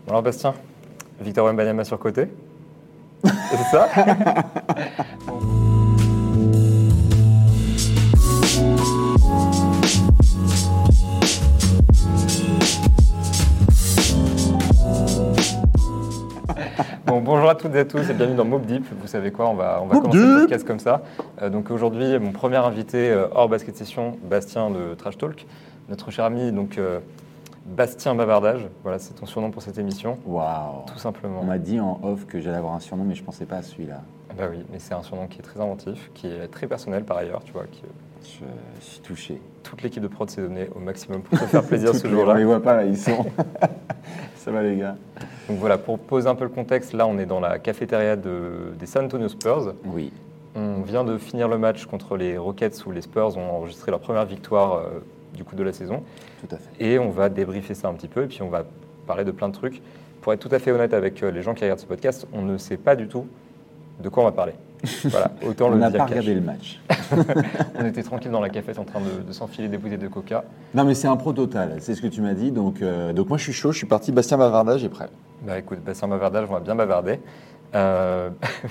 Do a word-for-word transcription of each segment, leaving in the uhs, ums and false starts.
Bon alors Bastien, Victor Wembanyama sur côté. C'est ça. Bon. Bon, bonjour à toutes et à tous et bienvenue dans Mob Deep. Vous savez quoi, on va, on va commencer le podcast comme ça. Euh, donc aujourd'hui, mon premier invité euh, hors basket session, Bastien de Trash Talk. Notre cher ami, donc euh, Bastien Bavardage. Voilà, c'est ton surnom pour cette émission. Waouh. Tout simplement. On m'a dit en off que j'allais avoir un surnom, mais je pensais pas à celui-là. Bah oui, mais c'est un surnom qui est très inventif, qui est très personnel par ailleurs, tu vois. Qui, je, je suis touché. Toute l'équipe de prod s'est donnée au maximum pour te faire plaisir ce jour-là. On les voit pas là, ils sont. Ça va les gars. Donc voilà, pour poser un peu le contexte, là on est dans la cafétéria de, des San Antonio Spurs. Oui. On vient de finir le match contre les Rockets où les Spurs ont enregistré leur première victoire euh, du coup de la saison. Tout à fait. Et on va débriefer ça un petit peu et puis on va parler de plein de trucs. Pour être tout à fait honnête avec les gens qui regardent ce podcast, on ne sait pas du tout de quoi on va parler. Voilà, autant on le n'a dire pas cash. regardé le match. On était tranquille dans la cafette en train de, de s'enfiler des bouteilles de coca. Non mais c'est un pro total, c'est ce que tu m'as dit. Donc, euh, donc moi je suis chaud, je suis parti. Bastien Bavardage est prêt. Bah écoute, Bastien Bavardage, on va bien bavarder. Euh...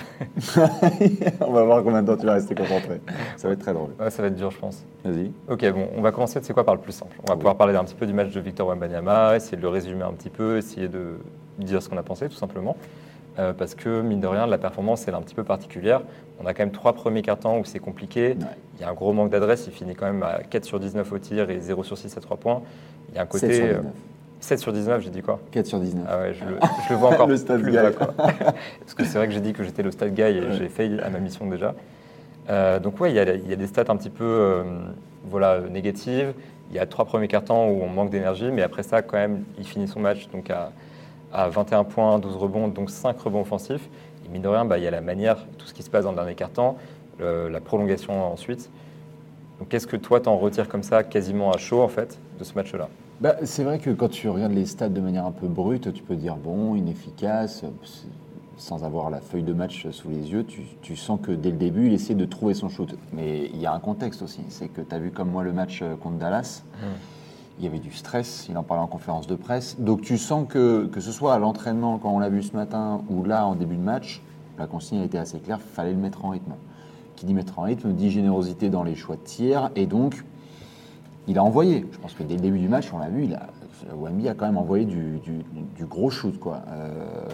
on va voir combien de temps tu vas rester concentré. Ça va être très drôle. Ouais, ça va être dur, je pense. Vas-y. Ok, bon, on va commencer, tu sais quoi, par le plus simple. On va oui. pouvoir parler un petit peu du match de Victor Wembanyama, essayer de le résumer un petit peu, essayer de dire ce qu'on a pensé, tout simplement. Euh, parce que, mine de rien, la performance, elle est un petit peu particulière. On a quand même trois premiers cartons où c'est compliqué. Ouais. Il y a un gros manque d'adresse. Il finit quand même à quatre sur dix-neuf au tir et zéro sur six à trois points. Il y a un côté... sept sur dix-neuf. sept sur dix-neuf, j'ai dit quoi? quatre sur dix-neuf. Ah ouais, je le, je le vois encore le stat plus guy. bas, quoi. Parce que c'est vrai que j'ai dit que j'étais le stat guy et ouais. J'ai failli à ma mission déjà. Euh, donc ouais, il y, a, il y a des stats un petit peu euh, voilà, négatives. Il y a trois premiers cartons où on manque d'énergie, mais après ça, quand même, il finit son match donc à, à vingt et un points, douze rebonds, donc cinq rebonds offensifs. Et mine de rien, bah, il y a la manière, tout ce qui se passe dans le dernier quart-temps, le, la prolongation ensuite. Donc qu'est-ce que toi, t'en retires comme ça, quasiment à chaud, en fait, de ce match-là? Bah, c'est vrai que quand tu regardes les stats de manière un peu brute, tu peux dire bon, inefficace, sans avoir la feuille de match sous les yeux, tu, tu sens que dès le début, il essaie de trouver son shoot. Mais il y a un contexte aussi, c'est que tu as vu comme moi le match contre Dallas, mmh. il y avait du stress, il en parlait en conférence de presse, donc tu sens que, que ce soit à l'entraînement, quand on l'a vu ce matin, ou là en début de match, la consigne a été assez claire, il fallait le mettre en rythme. Qui dit mettre en rythme, dit générosité dans les choix de tir, et donc il a envoyé. Je pense que dès le début du match, on l'a vu, il a, Wemby a quand même envoyé du, du, du gros shoot, quoi. Euh,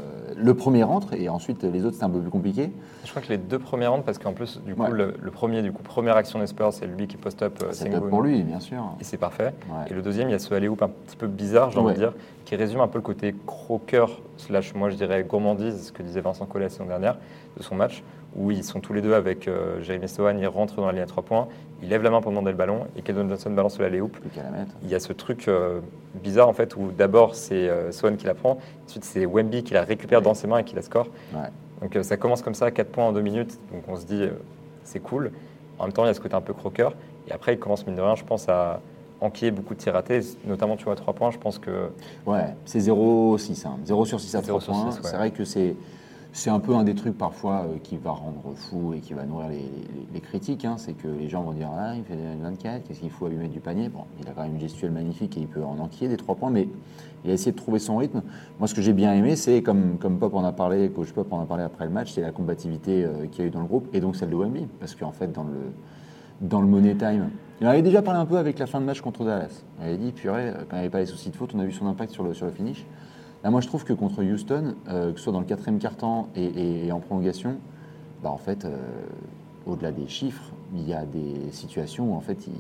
le premier rentre et ensuite les autres, c'était un peu plus compliqué. Je crois que les deux premiers rentrent parce qu'en plus, du coup, ouais. le, le premier, du coup, première action des Spurs, c'est lui qui post-up. C'est top pour lui, bien sûr. Et c'est parfait. Ouais. Et le deuxième, il y a ce alley-oop un petit peu bizarre, j'ai envie ouais. de dire, qui résume un peu le côté croqueur, slash, moi je dirais gourmandise, ce que disait Vincent Collet la saison dernière de son match, où ils sont tous les deux avec euh, Jérémy Sohan, ils rentrent dans la ligne à trois points, il lève la main pour demander le ballon, et Keldon Johnson balance le alley-oop. Il y a ce truc euh, bizarre en fait, où d'abord c'est euh, Sohan qui la prend, ensuite c'est Wemby qui la récupère ouais. dans ses mains et qui la score. Ouais. Donc euh, ça commence comme ça, quatre points en deux minutes, donc on se dit euh, c'est cool. En même temps, il y a ce côté un peu croqueur, et après il commence mine de rien, je pense, à enquiller beaucoup de tirs ratés, notamment tu vois à trois points, je pense que... Ouais, c'est zéro sur six, hein. zéro sur six à trois points, ouais. C'est vrai que c'est... C'est un peu un des trucs parfois euh, qui va rendre fou et qui va nourrir les, les, les critiques. Hein. C'est que les gens vont dire « Ah, il fait vingt-quatre, qu'est-ce qu'il faut à lui mettre du panier ?» Bon, il a quand même une gestuelle magnifique et il peut en enquiller des trois points, mais il a essayé de trouver son rythme. Moi, ce que j'ai bien aimé, c'est, comme, comme Pop en a parlé, coach Pop en a parlé après le match, c'est la combativité euh, qu'il y a eu dans le groupe et donc celle de Wemby. Parce qu'en fait, dans le, dans le Money Time, il en avait déjà parlé un peu avec la fin de match contre Dallas. Il avait dit, purée, quand il n'y avait pas les soucis de faute, on a vu son impact sur le, sur le finish. Là, moi, je trouve que contre Houston, euh, que ce soit dans le quatrième quart-temps et, et, et en prolongation, bah, en fait, euh, au-delà des chiffres, il y a des situations où en fait, il,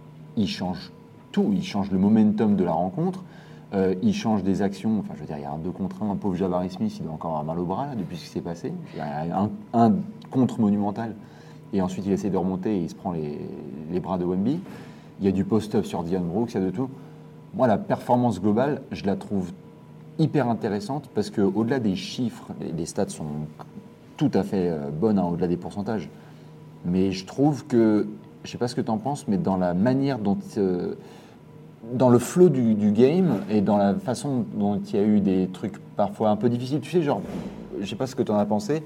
il change tout. Il change le momentum de la rencontre, euh, il change des actions. Enfin, je veux dire, il y a un deux contre un, un pauvre Jabari Smith, il doit encore avoir mal au bras là, depuis ce qui s'est passé. Il y a un, un contre monumental, et ensuite il essaie de remonter et il se prend les, les bras de Wemby. Il y a du post-up sur Dion Brooks, il y a de tout. Moi, la performance globale, je la trouve hyper intéressante parce qu'au-delà des chiffres, les stats sont tout à fait bonnes, hein, au-delà des pourcentages. Mais je trouve que, je ne sais pas ce que tu en penses, mais dans la manière dont, euh, dans le flow du, du game et dans la façon dont il y a eu des trucs parfois un peu difficiles, tu sais, genre, je ne sais pas ce que tu en as pensé,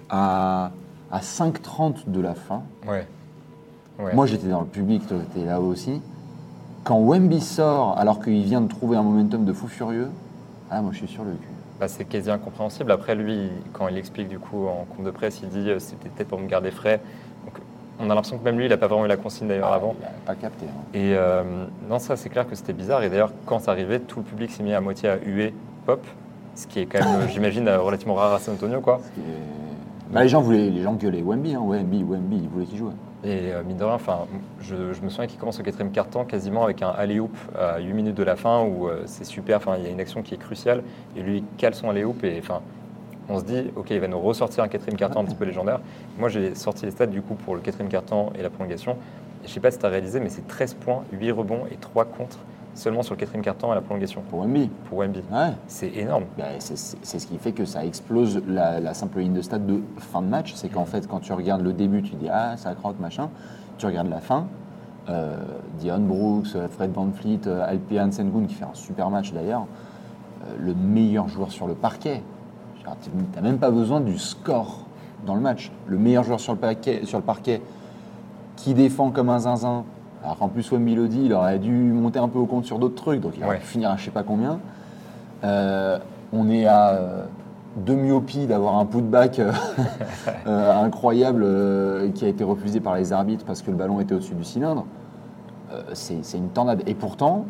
à, à cinq trente de la fin, ouais. Ouais. Moi j'étais dans le public, toi tu étais là aussi, quand Wemby sort alors qu'il vient de trouver un momentum de fou furieux, Ah, moi je suis sur le cul. Bah, c'est quasi incompréhensible. Après, lui, quand il explique du coup en compte de presse, il dit euh, c'était peut-être pour me garder frais. Donc, on a l'impression que même lui, il n'a pas vraiment eu la consigne d'ailleurs Ah, avant. il n'a pas capté. Hein. Et euh, non, ça, c'est clair que c'était bizarre. Et d'ailleurs, quand ça arrivait, tout le public s'est mis à moitié à huer Pop, ce qui est quand même, j'imagine, euh, relativement rare à San Antonio, quoi. Parce que, euh, bah, les gens voulaient, les gens gueulaient Wemby, hein, Wemby, Wemby, ils voulaient qu'il joue. Et euh, mine de rien, enfin, je, je me souviens qu'il commence au quatrième quart-temps quasiment avec un alley-oop à huit minutes de la fin où euh, c'est super. Enfin, il y a une action qui est cruciale et lui il cale son alley-oop et enfin, on se dit, ok, il va nous ressortir un quatrième quart-temps un petit peu légendaire. Moi, j'ai sorti les stats du coup pour le quatrième quart-temps et la prolongation. Et je sais pas si tu as réalisé, mais c'est treize points, huit rebonds et trois contres seulement sur le quatrième quart-temps et la prolongation. Pour Wemby. Pour Wemby. Ouais. C'est énorme. Bah, c'est, c'est, c'est ce qui fait que ça explose la, la simple ligne de stats de fin de match. C'est qu'en fait, quand tu regardes le début, tu dis ah, ça croque, machin. Tu regardes la fin. Euh, Dion Brooks, Fred VanVleet, Alperen Sengun qui fait un super match d'ailleurs. Euh, le meilleur joueur sur le parquet. Tu n'as même pas besoin du score dans le match. Le meilleur joueur sur le, paquet, sur le parquet qui défend comme un zinzin. Alors qu'en plus, Wemby le dit, il aurait dû monter un peu au compte sur d'autres trucs, donc il aurait Ouais. pu finir à je sais pas combien. Euh, on est à euh, deux myopies d'avoir un putback euh, euh, incroyable euh, qui a été refusé par les arbitres parce que le ballon était au-dessus du cylindre. Euh, c'est, c'est une tornade. Et pourtant,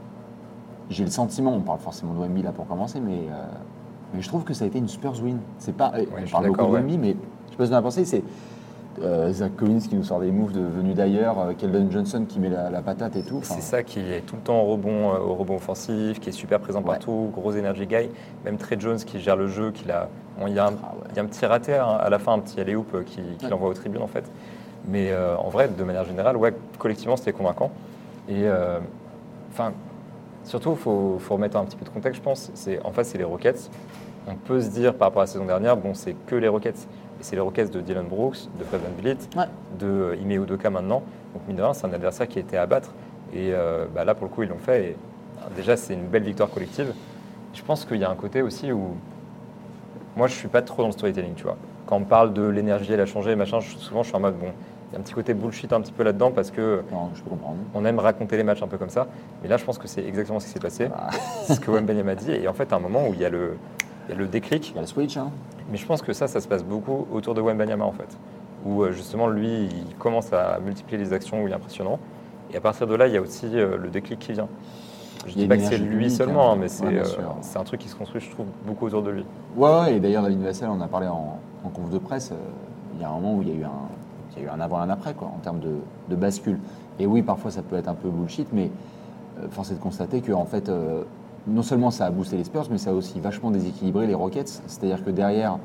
j'ai le sentiment, on parle forcément de Wemby là pour commencer, mais, euh, mais je trouve que ça a été une Spurs win. C'est pas, je on suis parle beaucoup d'accord, de ouais. Wemby, mais je sais pas ce que vous en avez pensé, c'est euh, Zach Collins qui nous sort des moves de, venus d'ailleurs, euh, Keldon Johnson qui met la, la patate et tout. Enfin, C'est ça qui est tout le temps au rebond, euh, au rebond offensif, qui est super présent Ouais. partout, gros energy guy. Même Trey Jones qui gère le jeu, qui a, bon, il y a un, Ah ouais. il y a un petit raté hein, à la fin, un petit alley-oop euh, qui, qui Ouais. l'envoie aux tribunes en fait. Mais euh, en vrai, de manière générale, ouais, collectivement, c'était convaincant. Et euh, enfin, surtout, il faut, faut remettre un petit peu de contexte, je pense. C'est, en face, c'est les Rockets. On peut se dire par rapport à la saison dernière, bon, c'est que les Rockets. Et c'est les Rockets de Dylan Brooks, de Fred VanVleet, Ouais. de euh, Ime Udoka maintenant. Donc mine de rien, c'est un adversaire qui a été à battre. Et euh, bah, là, pour le coup, ils l'ont fait. Et, alors, déjà, c'est une belle victoire collective. Je pense qu'il y a un côté aussi où moi, je suis pas trop dans le storytelling, tu vois. Quand on parle de l'énergie, elle a changé, machin, je- souvent, je suis en mode, bon, il y a un petit côté bullshit un petit peu là-dedans parce que Non, je peux comprendre. on aime raconter les matchs un peu comme ça. Mais là, je pense que c'est exactement ce qui s'est passé. Ah. C'est ce que Wembanyama a dit. Et en fait, à un moment où il y a le, il y a le déclic. Il y a le switch, hein. Mais je pense que ça, ça se passe beaucoup autour de Wembanyama en fait, où euh, justement lui, il commence à multiplier les actions où il est impressionnant. Et à partir de là, il y a aussi euh, le déclic qui vient. Je Il y a dis pas une que c'est énergie lui publique, seulement, hein. hein, mais c'est Ouais, bien euh, sûr. c'est un truc qui se construit, je trouve, beaucoup autour de lui. Ouais, ouais, et d'ailleurs, David Vassell, on a parlé en, en conf de presse, euh, il y a un moment où il y a eu un, il y a eu un avant et un après, quoi, en termes de, de bascule. Et oui, parfois, ça peut être un peu bullshit, mais euh, force est de constater que, en fait, euh, non seulement ça a boosté les Spurs, mais ça a aussi vachement déséquilibré les Rockets. C'est-à-dire que derrière,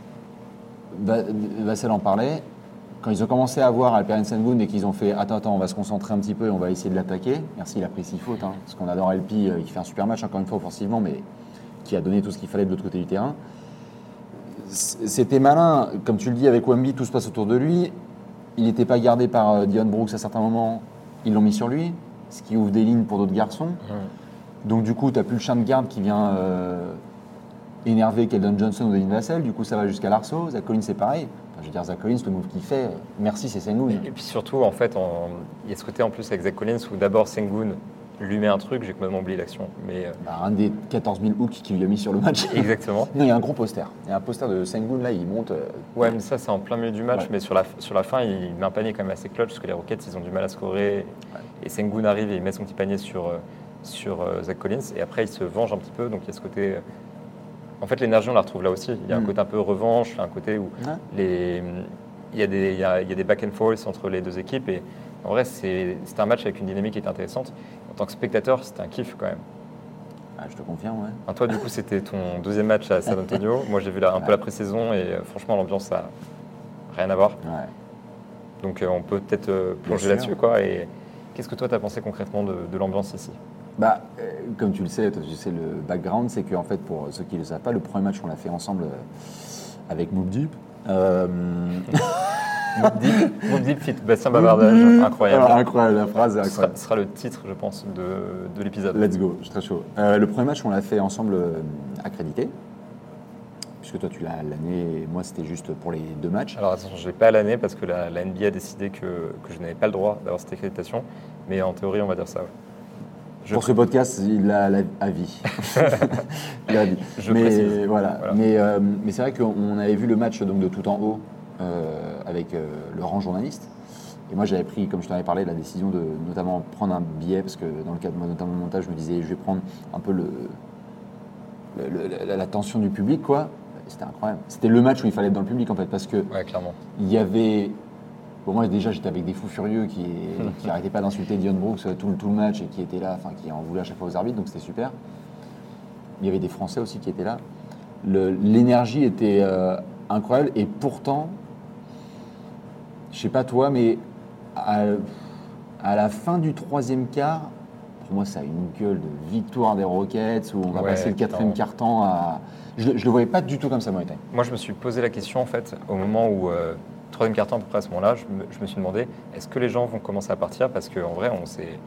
Va- Vassell en parlait, quand ils ont commencé à voir Alperen Sengun et qu'ils ont fait attends, attends, on va se concentrer un petit peu et on va essayer de l'attaquer. Merci, il a pris six fautes, hein, parce qu'on adore L P, euh, il fait un super match encore une fois offensivement, mais qui a donné tout ce qu'il fallait de l'autre côté du terrain. C'était malin, comme tu le dis, avec Wemby, tout se passe autour de lui. Il n'était pas gardé par euh, Dion Brooks à certains moments, ils l'ont mis sur lui, ce qui ouvre des lignes pour d'autres garçons. Donc du coup, tu n'as plus le chien de garde qui vient euh, énerver Keldon Johnson ou Devin Vassell, du coup ça va jusqu'à l'Arceau. Zach Collins c'est pareil. Enfin, je veux dire, Zach Collins, le move qu'il fait, euh, merci c'est Sengun. Et, et puis surtout, en fait, en- il y a ce côté en plus avec Zach Collins où d'abord Sengun lui met un truc, j'ai complètement oublié l'action. Mais euh, Bah, un des quatorze mille hooks qu'il lui a mis sur le match. exactement. Non, il y a un gros poster. Il y a un poster de Sengun là, il monte. euh, Ouais, mais ça, c'est en plein milieu du match. Ouais. Mais sur la, sur la fin, il met un panier quand même assez clutch parce que les Rockets, ils ont du mal à scorer. Et Sengun arrive et il met son petit panier sur, euh, sur euh, Zach Collins. Et après, il se venge un petit peu. Donc, il y a ce côté. euh, En fait, l'énergie, on la retrouve là aussi. Il y a un Mm. côté un peu revanche, il y a un côté où Ouais. les, il, y a des, il, y a, il y a des back and forth entre les deux équipes. Et en vrai, c'est c'est un match avec une dynamique qui est intéressante. En tant que spectateur, c'était un kiff quand même. Ah, je te confirme, ouais. Enfin, toi, du coup, c'était ton deuxième match à San Antonio. Moi, j'ai vu là, un peu la pré-saison et euh, franchement, l'ambiance, ça n'a rien à voir. Ouais. Donc, euh, on peut peut-être euh, plonger sûr. là-dessus, quoi. Et qu'est-ce que toi, tu as pensé concrètement de, de l'ambiance ici? Bah, euh, comme tu le sais, toi, tu sais le background, c'est qu'en fait, pour ceux qui ne le savent pas, le premier match, on l'a fait ensemble euh, avec Moop Deep. Euh, Moop Deep, Moop Deep fit Bastien Bavardage, incroyable. Alors, incroyable, la phrase est Ce sera, incroyable. ce sera le titre, je pense, de, de l'épisode. Let's go, je suis très chaud. Euh, le premier match, on l'a fait ensemble euh, accrédité, puisque toi, tu l'as l'année, et moi, c'était juste pour les deux matchs. Alors, attention, je n'ai pas l'année parce que la, la N B A a décidé que, que je n'avais pas le droit d'avoir cette accréditation. Mais en théorie, on va dire ça. Ouais. Je- Pour ce podcast, il a la à vie. Il a à vie. Je mais, précise. Voilà. Voilà. Mais, euh, mais c'est vrai qu'on avait vu le match donc, de tout en haut euh, avec euh, le rang journaliste. Et moi, j'avais pris, comme je t'en avais parlé, la décision de notamment prendre un billet, parce que dans le cadre de notamment montage, je me disais, je vais prendre un peu le, le- le- la, la tension du public, quoi. Et c'était incroyable. C'était le match où il fallait être dans le public, en fait, parce que Ouais, clairement. il y avait. Bon, moi, déjà, j'étais avec des fous furieux qui qui n'arrêtaient pas d'insulter Dion Brooks tout, le- tout le match et qui étaient là, enfin, qui en voulaient à chaque fois aux arbitres, donc c'était super. Il y avait des Français aussi qui étaient là. Le- L'énergie était euh, incroyable et pourtant, je sais pas toi, mais à, à la fin du troisième quart, pour moi, ça a une gueule de victoire des Rockets où on va Ouais, passer le quatrième clairement. quart-temps à. Je, je le voyais pas du tout comme ça, moi, Ethan. Moi, je me suis posé la question, en fait, au moment où, euh, troisième quart-temps à peu près à ce moment-là, je me, je me suis demandé, est-ce que les gens vont commencer à partir? Parce qu'en vrai, on s'est...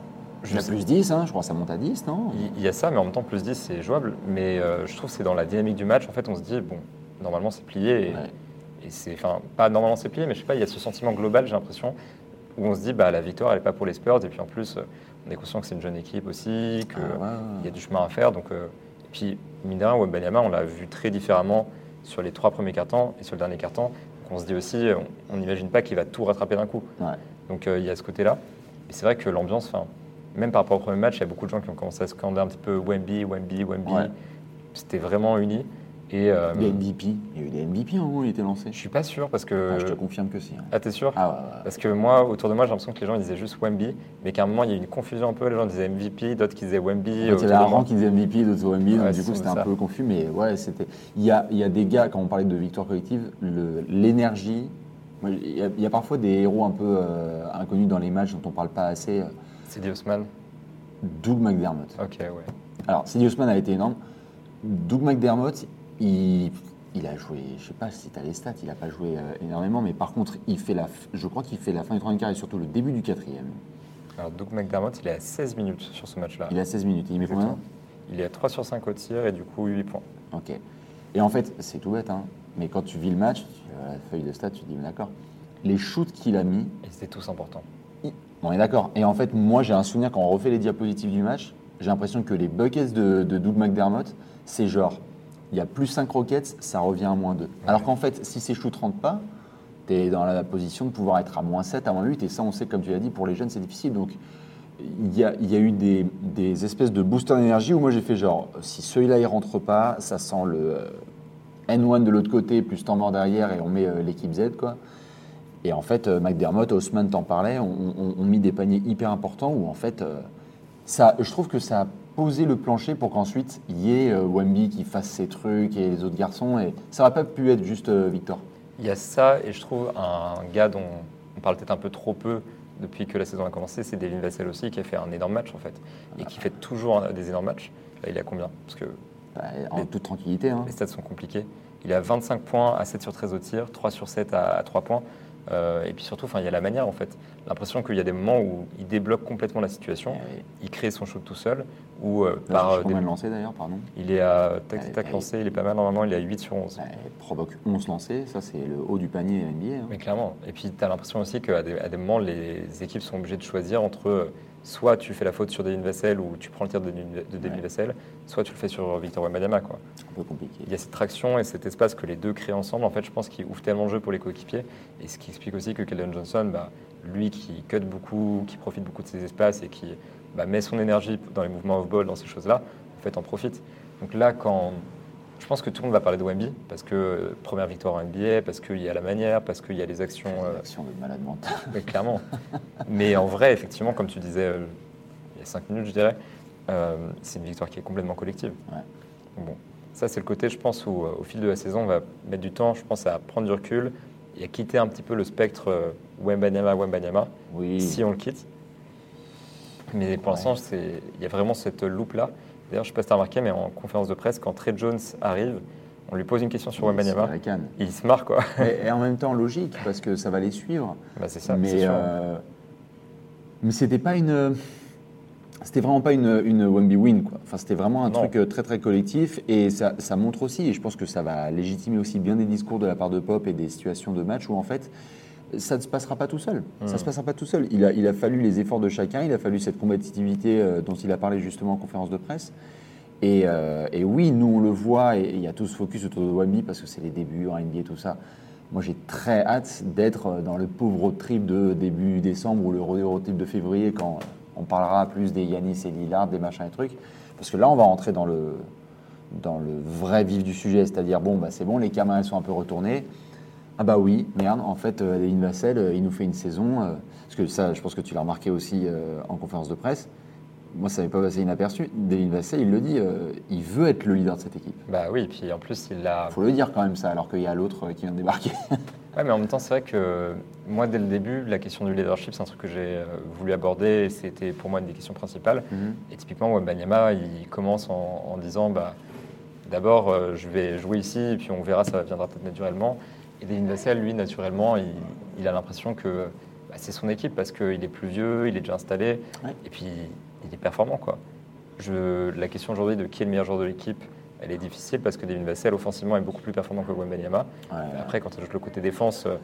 Il y a plus dix, hein, je crois que ça monte à dix, non? Il il y a ça, mais en même temps, plus dix, c'est jouable. Mais euh, je trouve que c'est dans la dynamique du match. En fait, on se dit, bon, normalement, c'est plié. Et, Ouais. et c'est, enfin, pas normalement, c'est plié, mais je sais pas, il y a ce sentiment global, j'ai l'impression, où on se dit, bah, la victoire, elle n'est pas pour les Spurs. Et puis, en plus, euh, on est conscient que c'est une jeune équipe aussi, qu'il Ah, ouais, ouais. y a du chemin à faire. Donc, euh, et puis, mine de rien, Wembanyama, on l'a vu très différemment sur les trois premiers quarts-temps et sur le dernier quart-temps. Donc, on se dit aussi, on on n'imagine pas qu'il va tout rattraper d'un coup. Ouais. Donc euh, il y a ce côté-là. Et c'est vrai que l'ambiance, enfin, même par rapport au premier match, il y a beaucoup de gens qui ont commencé à scander un petit peu Wemby, Wemby, Wemby. Ouais. C'était vraiment uni. Et euh, Des M V P. Il y a eu des M V P au moment où il était lancé. je suis pas sûr parce que. Ah, je te confirme que si. hein. Ah, t'es sûr? Ah ouais, ouais. Parce que moi, autour de moi, j'ai l'impression que les gens ils disaient juste Wemby, mais qu'à un moment, il y a eu une confusion un peu. Les gens disaient M V P, d'autres qui disaient Wemby. En fait, il y autour avait de un moi. rang qui disait M V P, d'autres M V P, Ouais, donc du c'est coup c'était un ça. peu confus, mais ouais, c'était. Il y a, il y a des gars, quand on parlait de victoire collective, le- l'énergie. moi, Il y, a, il y a parfois des héros un peu euh, inconnus dans les matchs dont on parle pas assez. C'est Di Osman. Doug McDermott. Ok, ouais. Alors, Cedi Osman a été énorme. Doug McDermott, il, il a joué, je sais pas si tu as les stats, il n'a pas joué euh, énormément, mais par contre, il fait la, f- je crois qu'il fait la fin du troisième quart et surtout le début du quatrième. Alors, Doug McDermott, il est à seize minutes sur ce match-là. Il a seize minutes. Il met combien? Exactement. Il est à trois sur cinq au tir et du coup huit points. Ok. Et en fait, c'est tout bête, hein, mais quand tu vis le match, tu vois la feuille de stats, tu te dis, mais d'accord. Les shoots qu'il a mis, Et c'était tous importants. il- on est d'accord. Et en fait, moi, j'ai un souvenir quand on refait les diapositives du match, j'ai l'impression que les buckets de, de Doug McDermott, c'est genre, il y a plus cinq rockets, ça revient à moins deux. Alors qu'en fait, si ces shoots ne rentrent pas, tu es dans la position de pouvoir être à moins sept, à moins huit, et ça, on sait, comme tu l'as dit, pour les jeunes, c'est difficile. Donc, il y a, il y a eu des, des espèces de booster d'énergie où moi, j'ai fait genre, si celui-là, il rentre pas, ça sent le euh, N un de l'autre côté, plus temps mort derrière, et on met euh, l'équipe Z, quoi. Et en fait, euh, McDermott, Haussmann t'en parlait, ont on, on mis des paniers hyper importants où en fait, euh, ça, je trouve que ça a posé le plancher pour qu'ensuite il y ait euh, Wemby qui fasse ses trucs et les autres garçons. Et ça n'aurait pas pu être juste euh, Victor. Il y a ça, et je trouve un gars dont on parle peut-être un peu trop peu depuis que la saison a commencé, c'est Devin Vassell aussi, qui a fait un énorme match en fait, et qui fait toujours un- des énormes matchs. Là, il est à combien? Parce que Bah, en Les- toute tranquillité. Hein. les stats sont compliqués. Il a vingt-cinq points à sept sur treize au tir, trois sur sept à, à trois points. Euh, et puis surtout, enfin, il y a la manière en fait. L'impression qu'il y a des moments où il débloque complètement la situation, Ouais. il crée son shoot tout seul, ou euh, Là, par je sais euh, combien des- de lancers d'ailleurs, pardon. il est à tac Ouais, tac tac ouais. lancé, il est pas mal normalement, il est à huit sur onze. Bah, il provoque onze lancers, ça c'est le haut du panier N B A. hein. Mais clairement. Et puis, tu as l'impression aussi qu'à des, à des moments, les équipes sont obligées de choisir entre euh, soit tu fais la faute sur Devin Vassell ou tu prends le tir de, de Devin Ouais. Vassell, soit tu le fais sur Victor Wembanyama, quoi. C'est un peu compliqué. Il y a cette traction et cet espace que les deux créent ensemble, en fait, je pense qu'il ouvre tellement le jeu pour les coéquipiers. Et ce qui explique aussi que Keldon Johnson, bah, lui qui cut beaucoup, qui profite beaucoup de ces espaces et qui bah, met son énergie dans les mouvements off-ball, dans ces choses-là, en fait, en profite. Donc là, quand. Je pense que tout le monde va parler de Wemby, parce que euh, première victoire en N B A, parce qu'il y a la manière, parce qu'il y a les actions. euh, Action de malade mental. mais clairement. Mais en vrai, effectivement, comme tu disais euh, il y a cinq minutes, je dirais, euh, c'est une victoire qui est complètement collective. Ouais. Donc bon, ça, c'est le côté, je pense, où euh, au fil de la saison, on va mettre du temps, je pense, à prendre du recul et à quitter un petit peu le spectre euh, Wembanyama, Wembanyama, Oui. si on le quitte. Mais pour l'instant, c'est- il y a vraiment cette loupe-là. D'ailleurs, je ne sais pas si tu as remarqué, mais en conférence de presse, quand Trey Jones arrive, on lui pose une question sur Il Wembanyama, se ricane. et il se marre, quoi. Et, et en même temps logique parce que ça va les suivre. Bah, c'est ça, c'est mais sûr. euh, mais c'était pas une c'était vraiment pas une, une Wemby win quoi. Enfin c'était vraiment un Non. truc euh, très très collectif et ça, ça montre aussi et je pense que ça va légitimer aussi bien des discours de la part de Pop et des situations de match où en fait ça ne se passera pas tout seul. Mmh. Ça ne se passera pas tout seul. Il a, il a fallu les efforts de chacun, il a fallu cette combativité euh, dont il a parlé justement en conférence de presse. Et, euh, et oui, nous on le voit, et il y a tout ce focus autour de Wemby parce que c'est les débuts en N B A et tout ça. Moi j'ai très hâte d'être dans le pauvre road trip de début décembre ou le road trip de février quand on parlera plus des Giannis et Lillard, des machins et trucs. Parce que là on va rentrer dans le, dans le vrai vif du sujet, c'est-à-dire bon, bah, c'est bon, les caméras sont un peu retournées. Ah bah oui, merde, en fait, euh, Devin Vassell, euh, il nous fait une saison. Euh, parce que ça, je pense que tu l'as remarqué aussi euh, en conférence de presse. Moi, ça n'avait pas passé inaperçu. Devin Vassell, il le dit, euh, il veut être le leader de cette équipe. Bah oui, puis en plus, il a... Il faut le dire quand même ça, alors qu'il y a l'autre euh, qui vient de débarquer. Ouais, mais en même temps, c'est vrai que moi, dès le début, la question du leadership, c'est un truc que j'ai euh, voulu aborder et c'était pour moi une des questions principales. Mm-hmm. Et typiquement, Wembanyama, il commence en, en disant bah, d'abord, euh, je vais jouer ici et puis on verra, ça viendra peut-être naturellement. Et Devin Vassell, lui, naturellement, il, il a l'impression que bah, c'est son équipe parce qu'il est plus vieux, il est déjà installé Ouais. et puis il est performant, quoi. Je, la question aujourd'hui de qui est le meilleur joueur de l'équipe, elle est difficile parce que Devin Vassell, offensivement, est beaucoup plus performant que Wembanyama. Ouais, ouais. Après, quand on joue le côté défense, euh,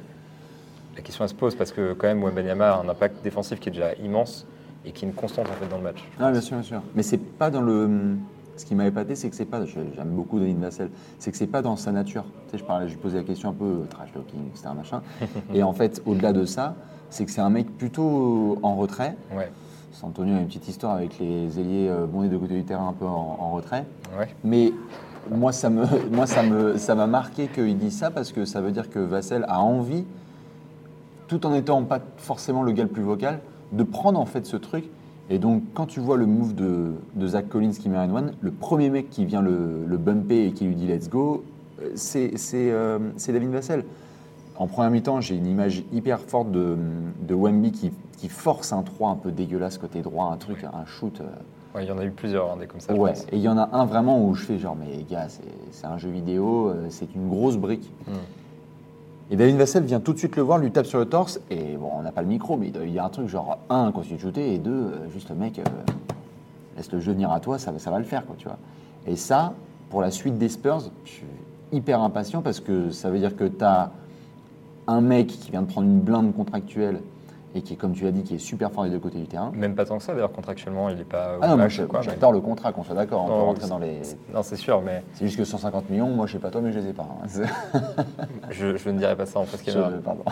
la question elle se pose parce que quand même Wembanyama a un impact défensif qui est déjà immense et qui est une constante en fait dans le match. Ah, bien sûr, bien sûr. Mais c'est pas dans le. Ce qui m'a épaté, c'est que c'est pas. J'aime beaucoup Devin Vassell. C'est que c'est pas dans sa nature. Tu sais, je parlais, je lui posais la question un peu euh, trash talking, et cetera machin. Et en fait, au-delà de ça, c'est que c'est un mec plutôt en retrait. Ouais, San Antonio a une petite histoire avec les ailiers euh, bondés de côté du terrain un peu en, en retrait. ouais. Mais moi, ça me, moi, ça me, ça m'a marqué qu'il dise ça parce que ça veut dire que Vassell a envie, tout en étant pas forcément le gars le plus vocal, de prendre en fait ce truc. Et donc, quand tu vois le move de, de Zach Collins qui met un one, le premier mec qui vient le, le bumper et qui lui dit let's go, euh, c'est, c'est, euh, c'est Devin Vassell. En première mi-temps, j'ai une image hyper forte de, de Wemby qui, qui force un trois un peu dégueulasse côté droit, un truc, un shoot. euh, Ouais, il y en a eu plusieurs, hein, des comme ça. je Ouais, pense. et il y en a un vraiment où je fais genre, mais les gars, c'est, c'est un jeu vidéo, euh, c'est une grosse brique. Mm. Et Devin Vassell vient tout de suite le voir, lui tape sur le torse, et bon, on n'a pas le micro, mais il doit- il y a un truc genre, un, continue de shooter, et deux, euh, juste le mec, euh, laisse le jeu venir à toi, ça, va- ça va le faire, quoi, tu vois. Et ça, pour la suite des Spurs, je suis hyper impatient parce que ça veut dire que tu as un mec qui vient de prendre une blinde contractuelle et qui est, comme tu l'as dit, qui est super fort des deux côtés du terrain. Même pas tant que ça, d'ailleurs, contractuellement, il n'est pas. Ah non, moi, opaque, je- quoi, mais- j'adore le contrat, qu'on soit d'accord, on peut Non, rentrer dans les... Non, c'est sûr, mais C'est juste que cent cinquante millions, moi je sais pas toi, mais je les ai pas. hein. C'est- je, je ne dirais pas ça en face caméra. Je- Pardon.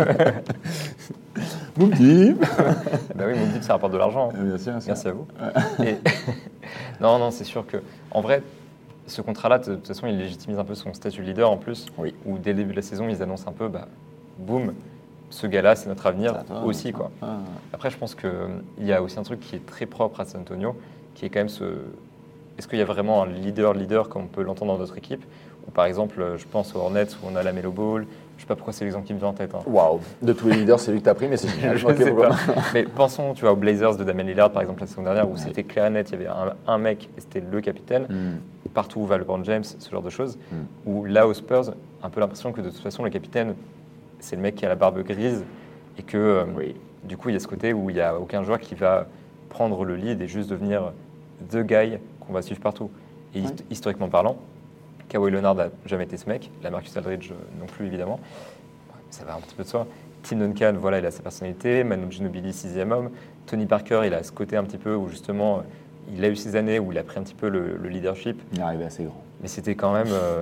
Mon petit. Bah oui, mon but, ça rapporte de l'argent. Bien sûr, bien sûr. Merci à vous. Et- non, non, c'est sûr que, en vrai, ce contrat-là, de toute façon, il légitimise un peu son statut de leader en plus, Oui. où dès le début de la saison, ils annoncent un peu, bah, boum, ce gars-là, c'est notre avenir C'est à toi, aussi, ouais. quoi. Ah, Après, je pense qu'il y a aussi un truc qui est très propre à San Antonio, qui est quand même ce... Est-ce qu'il y a vraiment un leader-leader comme on peut l'entendre dans d'autres équipes? Ou par exemple, je pense aux Hornets où on a la Melo Ball. Je sais pas pourquoi c'est l'exemple qui me vient en tête. hein. Waouh, de tous les leaders, c'est lui que tu as pris, mais c'est génial. Je Ok, sais pourquoi pas. Mais pensons, tu vois, aux Blazers de Damian Lillard, par exemple, la saison dernière, où Ouais. c'était clair et net, il y avait un, un mec et c'était le capitaine. Hmm. Partout où va LeBron James, ce genre de choses. Mm. Où là, aux Spurs, un peu l'impression que de toute façon, le capitaine, c'est le mec qui a la barbe grise et que euh, Oui. du coup, il y a ce côté où il n'y a aucun joueur qui va prendre le lead et juste devenir the guy qu'on va suivre partout. Et Ouais. hist- historiquement parlant, Kawhi Leonard n'a jamais été ce mec, la Marcus Aldridge euh, non plus évidemment. Ça va un petit peu de soi. Tim Duncan, voilà, il a sa personnalité. Manu Ginobili, sixième homme. Tony Parker, il a ce côté un petit peu où justement, il a eu ces années où il a pris un petit peu le, le leadership. Il est arrivé assez grand. Mais c'était quand même. euh,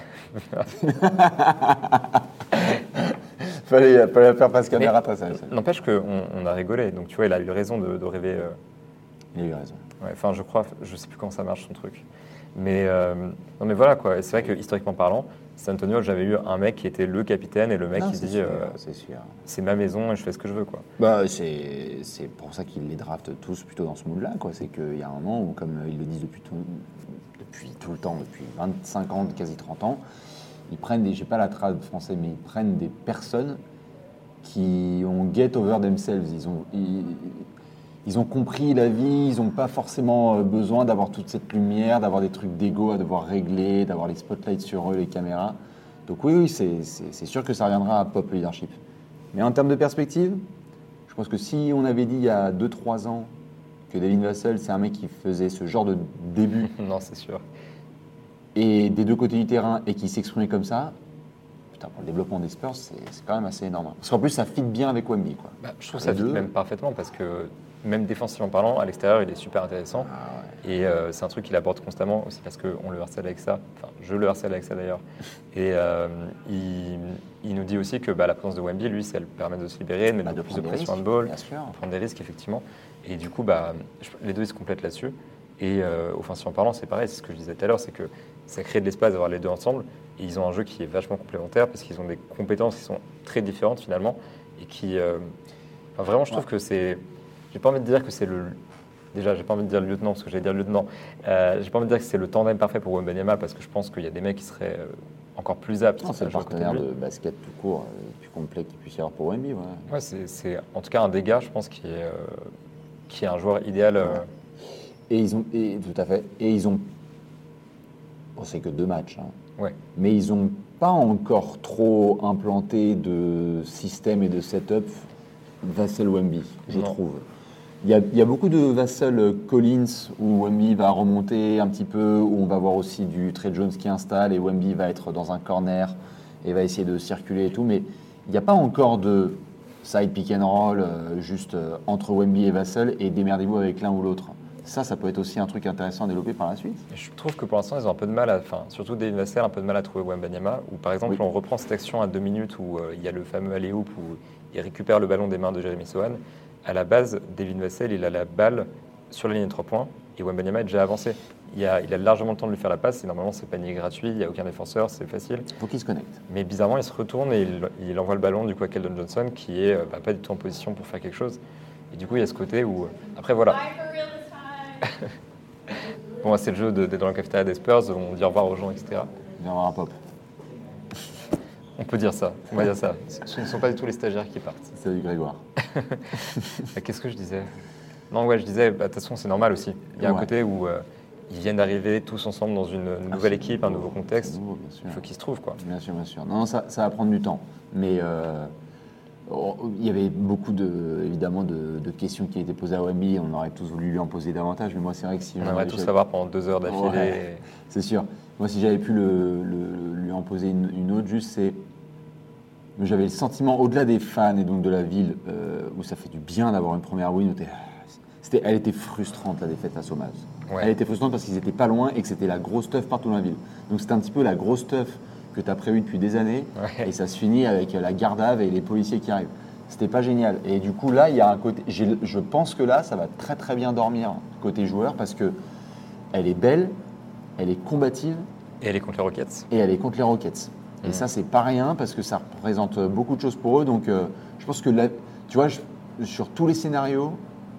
Fallait, fallait faire passe caméra, très ça. N'empêche qu'on on a rigolé. Donc tu vois, il a eu raison de, de rêver. euh, Il a eu raison. ouais, Enfin, je crois, je sais plus comment ça marche son truc. Mais euh, non, mais voilà quoi. Et c'est vrai que historiquement parlant, San Antonio, j'avais eu un mec qui était le capitaine et le mec Non, qui c'est dit sûr, euh, c'est sûr. c'est ma maison et je fais ce que je veux quoi. Bah, c'est, c'est pour ça qu'ils les draftent tous plutôt dans ce mood-là, quoi. C'est qu'il y a un moment où, comme ils le disent depuis tout, depuis tout le temps, depuis vingt-cinq ans, quasi trente ans, ils prennent des, j'ai pas la trad français, mais ils prennent des personnes qui ont get over themselves. Ils ont, ils, ils ont compris la vie, ils n'ont pas forcément besoin d'avoir toute cette lumière, d'avoir des trucs d'ego à devoir régler, d'avoir les spotlights sur eux, les caméras. Donc oui, oui, c'est, c'est, c'est sûr que ça reviendra à pop leadership. Mais en termes de perspective, je pense que si on avait dit il y a deux trois ans que Devin Vassell, c'est un mec qui faisait ce genre de début Non, c'est sûr. et des deux côtés du terrain et qui s'exprimait comme ça, putain, pour le développement des Spurs, c'est, c'est quand même assez énorme. Parce qu'en plus, ça fit bien avec Wemby, quoi. Bah, je trouve que ça fit même parfaitement parce que même défensivement parlant, à l'extérieur, il est super intéressant. Ah, ouais. Et euh, c'est un truc qu'il apporte constamment aussi parce qu'on le harcèle avec ça. Enfin, je le harcèle avec ça d'ailleurs. Et euh, il, il nous dit aussi que bah, la présence de Wemby, lui, ça lui permet de se libérer, de mettre Bah, de plus de prendre des pression risques, handball, bien sûr. de prendre des risques, effectivement. Et du coup, bah, je- les deux, ils se complètent là-dessus. Et euh, offensivement parlant, c'est pareil, c'est ce que je disais tout à l'heure, c'est que ça crée de l'espace d'avoir les deux ensemble. Et ils ont un jeu qui est vachement complémentaire parce qu'ils ont des compétences qui sont très différentes finalement. Et qui. euh, enfin, vraiment, je trouve Ouais. que c'est. J'ai pas envie de dire que c'est le. Déjà, j'ai pas envie de dire le lieutenant parce que j'allais dire le lieutenant. Euh, j'ai pas envie de dire que c'est le tandem parfait pour Wembanyama parce que je pense qu'il y a des mecs qui seraient euh, encore plus aptes. Non, c'est à le jouer à côté partenaire lui. de basket tout court, euh, le plus complet qu'il puisse y avoir pour Wemby. Ouais. Ouais, c'est, c'est en tout cas un des gars, je pense, qui est, euh, qui est un joueur idéal. euh, Et ils ont, et, tout à fait. Et ils ont. Bon, c'est que deux matchs, hein. Ouais. Mais ils n'ont pas encore trop implanté de système et de setup Vassell-Wemby, je Non. trouve. Il y, a, il y a beaucoup de Vassell-Collins où Wemby va remonter un petit peu, où on va voir aussi du Trey Jones qui installe et Wemby va être dans un corner et va essayer de circuler et tout. Mais il n'y a pas encore de side pick and roll euh, juste euh, entre Wemby et Vassell et démerdez-vous avec l'un ou l'autre. Ça, ça peut être aussi un truc intéressant à développer par la suite. Et je trouve que pour l'instant, ils ont un peu de mal, à, enfin, surtout David Vassell, un peu de mal à trouver Wembanyama. Où par exemple, Oui. on reprend cette action à deux minutes où euh, il y a le fameux alley-oop où il récupère le ballon des mains de Jeremy Sohan. À la base, David Vassell, il a la balle sur la ligne de trois points et Wembanyama est déjà avancé. Il a, il a largement le temps de lui faire la passe. Et normalement, c'est panier gratuit, il n'y a aucun défenseur, c'est facile. Il faut qu'ils se connectent. Mais bizarrement, il se retourne et il, il envoie le ballon du coup à Keldon Johnson qui est euh, bah, pas du tout en position pour faire quelque chose. Et du coup, il y a ce côté où après voilà. Bye for real this time. Bon, c'est le jeu de- d'être dans la cafétéria des Spurs, on dit au revoir aux gens, et cetera. Viens voir un pop. On peut dire ça, on va dire ça. Ce ne sont pas du tout les stagiaires qui partent. Salut Grégoire. Ah, qu'est-ce que je disais? Non, ouais, je disais, bah, de toute façon, c'est normal aussi. Il y a un Ouais. côté où euh, ils viennent d'arriver tous ensemble dans une Ah, nouvelle c'est équipe, un nouveau, nouveau contexte. c'est nouveau, bien sûr. Il faut qu'ils se trouvent, quoi. Bien sûr, bien sûr. Non, ça, ça va prendre du temps. Mais euh, oh, il y avait beaucoup, de, évidemment, de, de questions qui étaient posées à Wemby. On aurait tous voulu lui en poser davantage. Mais moi, c'est vrai que si On j'avais- aimerait tous j'avais- savoir pendant deux heures d'affilée. Ouais. C'est sûr. Moi, si j'avais pu le, le- lui en poser une, une autre, juste, c'est. J'avais le sentiment, au-delà des fans et donc de la ville, euh, où ça fait du bien d'avoir une première win. Où t'es- c'était, elle était frustrante, la défaite face aux Mavs. Ouais. Elle était frustrante parce qu'ils étaient pas loin et que c'était la grosse teuf partout dans la ville. Donc c'était un petit peu la grosse teuf que tu as prévue depuis des années. Ouais. Et ça se finit avec la gardave et les policiers qui arrivent. C'était pas génial. Et du coup, là, il y a un côté. j'ai- Je pense que là, ça va très très bien dormir côté joueur parce que elle est belle, elle est combative Et aller contre les Rockets. et elle est contre les Rockets. Et Mhm. ça, c'est pas rien parce que ça représente beaucoup de choses pour eux. Donc, euh, je pense que là, tu vois, je- sur tous les scénarios,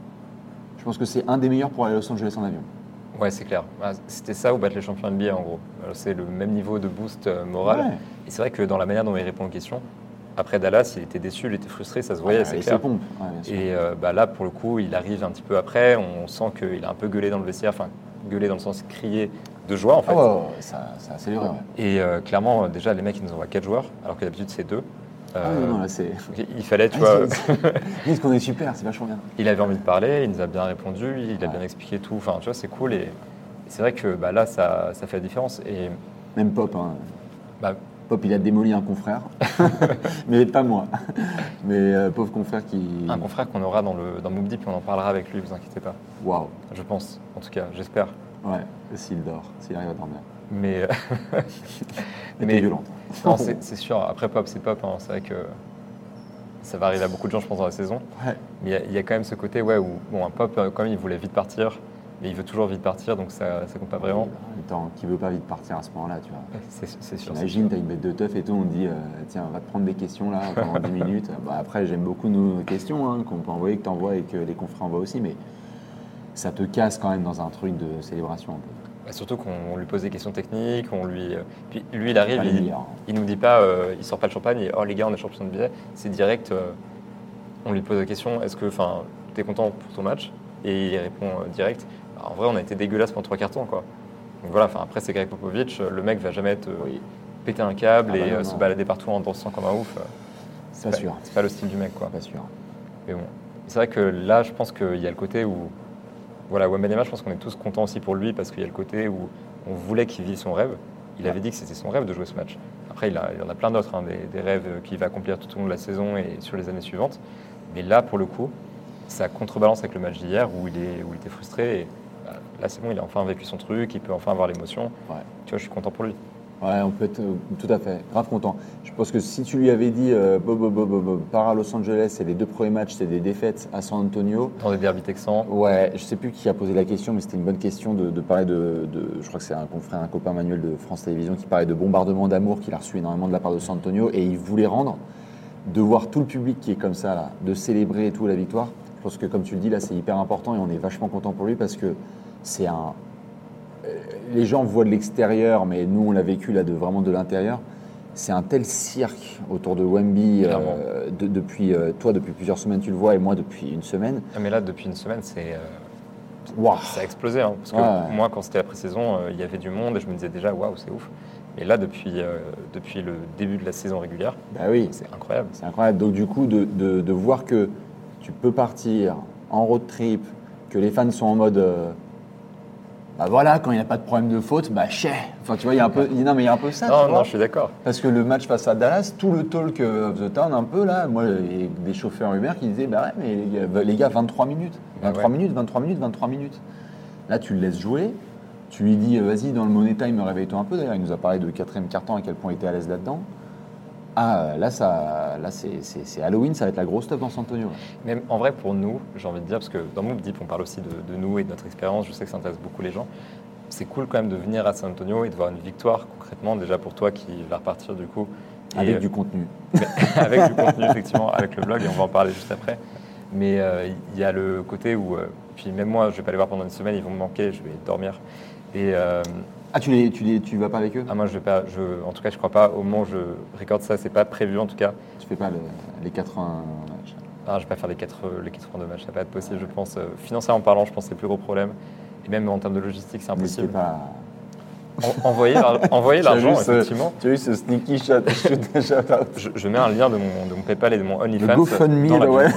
je pense que c'est un des meilleurs pour aller à Los Angeles en avion. Ouais, c'est clair. Ah, C'était ça ou battre les champions N B A en gros. Alors, c'est le même niveau de boost euh, moral. Ouais. Et c'est vrai que dans la manière dont il répond aux questions, après Dallas, il était déçu, il était frustré, ça se voyait, Ouais, c'est et clair. ses pompes. Ouais, bien sûr. Et euh, bah, là, pour le coup, il arrive un petit peu après. On sent qu'il a un peu gueulé dans le vestiaire, enfin gueulé dans le sens crier de joie en fait. Ah ouais, ouais, ouais, ça, ça a accéléré. Ouais. Et euh, clairement, euh, déjà, les mecs, ils nous envoient quatre joueurs, alors que d'habitude, c'est deux. Ah Euh, non, non, là, c'est. donc, il fallait, tu Ah, vois, c'est- Dis qu'on est super, c'est vachement bien. il avait envie de parler, il nous a bien répondu, il a Ouais. bien expliqué tout. Enfin, tu vois, c'est cool. Et c'est vrai que bah, là, ça, ça fait la différence. Et Même Pop, hein. bah, Pop, il a démoli un confrère, mais pas moi. Mais euh, pauvre confrère qui. un confrère qu'on aura dans le dans Moop Deep, on en parlera avec lui, vous inquiétez pas. Waouh. Je pense, en tout cas, j'espère. Ouais, s'il dort, s'il arrive à dormir. Mais, Mais mais t'es violente. non, c'est c'est sûr. Après Pop, c'est Pop. hein. C'est vrai que ça va arriver à beaucoup de gens, je pense, dans la saison. Ouais. Mais il y a- il y, a quand même ce côté, ouais, où bon, un Pop, euh, quand même, il voulait vite partir, mais il veut toujours vite partir, donc ça, ça compte pas vraiment. En même temps, qui veut pas vite partir à ce moment-là, tu vois. C'est c'est sûr. c'est T'imagines, sûr. t'as une bête de teuf et tout, on te dit, euh, tiens, on va te prendre des questions là pendant dix minutes. Bah, après, j'aime beaucoup nos questions hein, qu'on peut envoyer, que t'envoies et que les confrères envoient aussi, mais ça te casse quand même dans un truc de célébration un peu. Bah, surtout qu'on lui pose des questions techniques, on lui, euh, puis lui, il arrive, Pas les il, meilleurs. il nous dit pas, euh, il sort pas le champagne, et oh les gars, on est champion de billet. C'est direct. euh, on lui pose la question, est-ce que, enfin, t'es content pour ton match? Et il répond euh, direct. Alors, en vrai, on a été dégueulasse pendant trois quarts temps, quoi. Donc voilà. Enfin, après, c'est Greg Popovich, euh, le mec va jamais te Oui, péter un câble Ah bah et non, euh, non. se balader partout en dansant comme un ouf. euh, pas pas, sûr. C'est pas le style du mec, quoi. Pas sûr. Mais bon, c'est vrai que là, je pense qu'il y a le côté où, voilà, Wembanyama, je pense qu'on est tous contents aussi pour lui parce qu'il y a le côté où on voulait qu'il vive son rêve. Il avait dit que c'était son rêve de jouer ce match. Après, après, il, a, il en a plein d'autres, hein, des, des rêves qu'il va accomplir tout au long de la saison et sur les années suivantes. Mais là, pour le coup, ça contrebalance avec le match d'hier où il, est, où il était frustré. Et, bah, là, c'est bon, il a enfin vécu son truc, il peut enfin avoir l'émotion. Ouais. Tu vois, je suis content pour lui. Ouais, on peut être euh, tout à fait grave content. Je pense que si tu lui avais dit euh, Bob, Bob, Bob, Bob, pars à Los Angeles et les deux premiers matchs, c'est des défaites à San Antonio. Dans des derbys texans. Ouais, je sais plus qui a posé la question, mais c'était une bonne question de, de parler de, de. Je crois que c'est un confrère, un copain Manuel de France Télévisions qui parlait de bombardement d'amour qu'il a reçu énormément de la part de San Antonio et il voulait rendre. De voir tout le public qui est comme ça, là, de célébrer et tout la victoire. Je pense que comme tu le dis là, c'est hyper important et on est vachement content pour lui parce que c'est un. Les gens voient de l'extérieur, mais nous on l'a vécu là de vraiment de l'intérieur. C'est un tel cirque autour de Wemby euh, de, depuis euh, toi depuis plusieurs semaines tu le vois et moi depuis une semaine. Ah, mais là depuis une semaine c'est euh, wow. ça a explosé hein, parce que ouais. moi quand c'était la pré-saison euh, il y avait du monde et je me disais déjà waouh c'est ouf. Et là depuis euh, depuis le début de la saison régulière, bah oui. c'est incroyable. C'est incroyable. Donc du coup de, de, de voir que tu peux partir en road trip, que les fans sont en mode euh, bah voilà, quand il n'y a pas de problème de faute, bah chais. Enfin, tu vois, il y a un peu, non, mais il y a un peu ça. Non, tu non, vois je suis d'accord. Parce que le match face à Dallas, tout le talk of the town, un peu là, moi, il y a des chauffeurs Uber qui disaient, bah ouais, mais les gars, les gars vingt-trois minutes, vingt-trois ouais. minutes, vingt-trois minutes, vingt-trois minutes. Là, tu le laisses jouer. Tu lui dis, vas-y, dans le money time, réveille-toi un peu. D'ailleurs, il nous a parlé de quatrième quart-temps, à quel point il était à l'aise là-dedans. Ah, là, ça, là c'est, c'est, c'est Halloween, ça va être la grosse stuff dans San Antonio. Mais en vrai, pour nous, j'ai envie de dire, parce que dans Move Deep, on parle aussi de, de nous et de notre expérience, je sais que ça intéresse beaucoup les gens. C'est cool quand même de venir à San Antonio et de voir une victoire concrètement, déjà pour toi qui va repartir du coup. Avec et, du contenu. Avec du contenu, effectivement, avec le blog, et on va en parler juste après. Mais il euh, y a le côté où, euh, puis même moi, je vais pas les voir pendant une semaine, ils vont me manquer, je vais dormir. Et, euh, ah, tu les, tu les, tu vas pas avec eux? Ah, moi, je vais pas, je, en tout cas, je crois pas, au moment où je récorde ça, c'est pas prévu en tout cas. Tu fais pas le, les quatre-vingts matchs? Ah, je vais pas faire les, quatre, les quatre-vingt-deux matchs, ça va pas être possible, je pense. Euh, financièrement parlant, je pense que c'est le plus gros problème. Et même en termes de logistique, c'est impossible. Pas... En, envoyer envoyer l'argent, effectivement. Tu as eu ce sneaky shot, je, je mets un lien de mon, de mon PayPal et de mon OnlyFans. Le GoFundMe, ouais.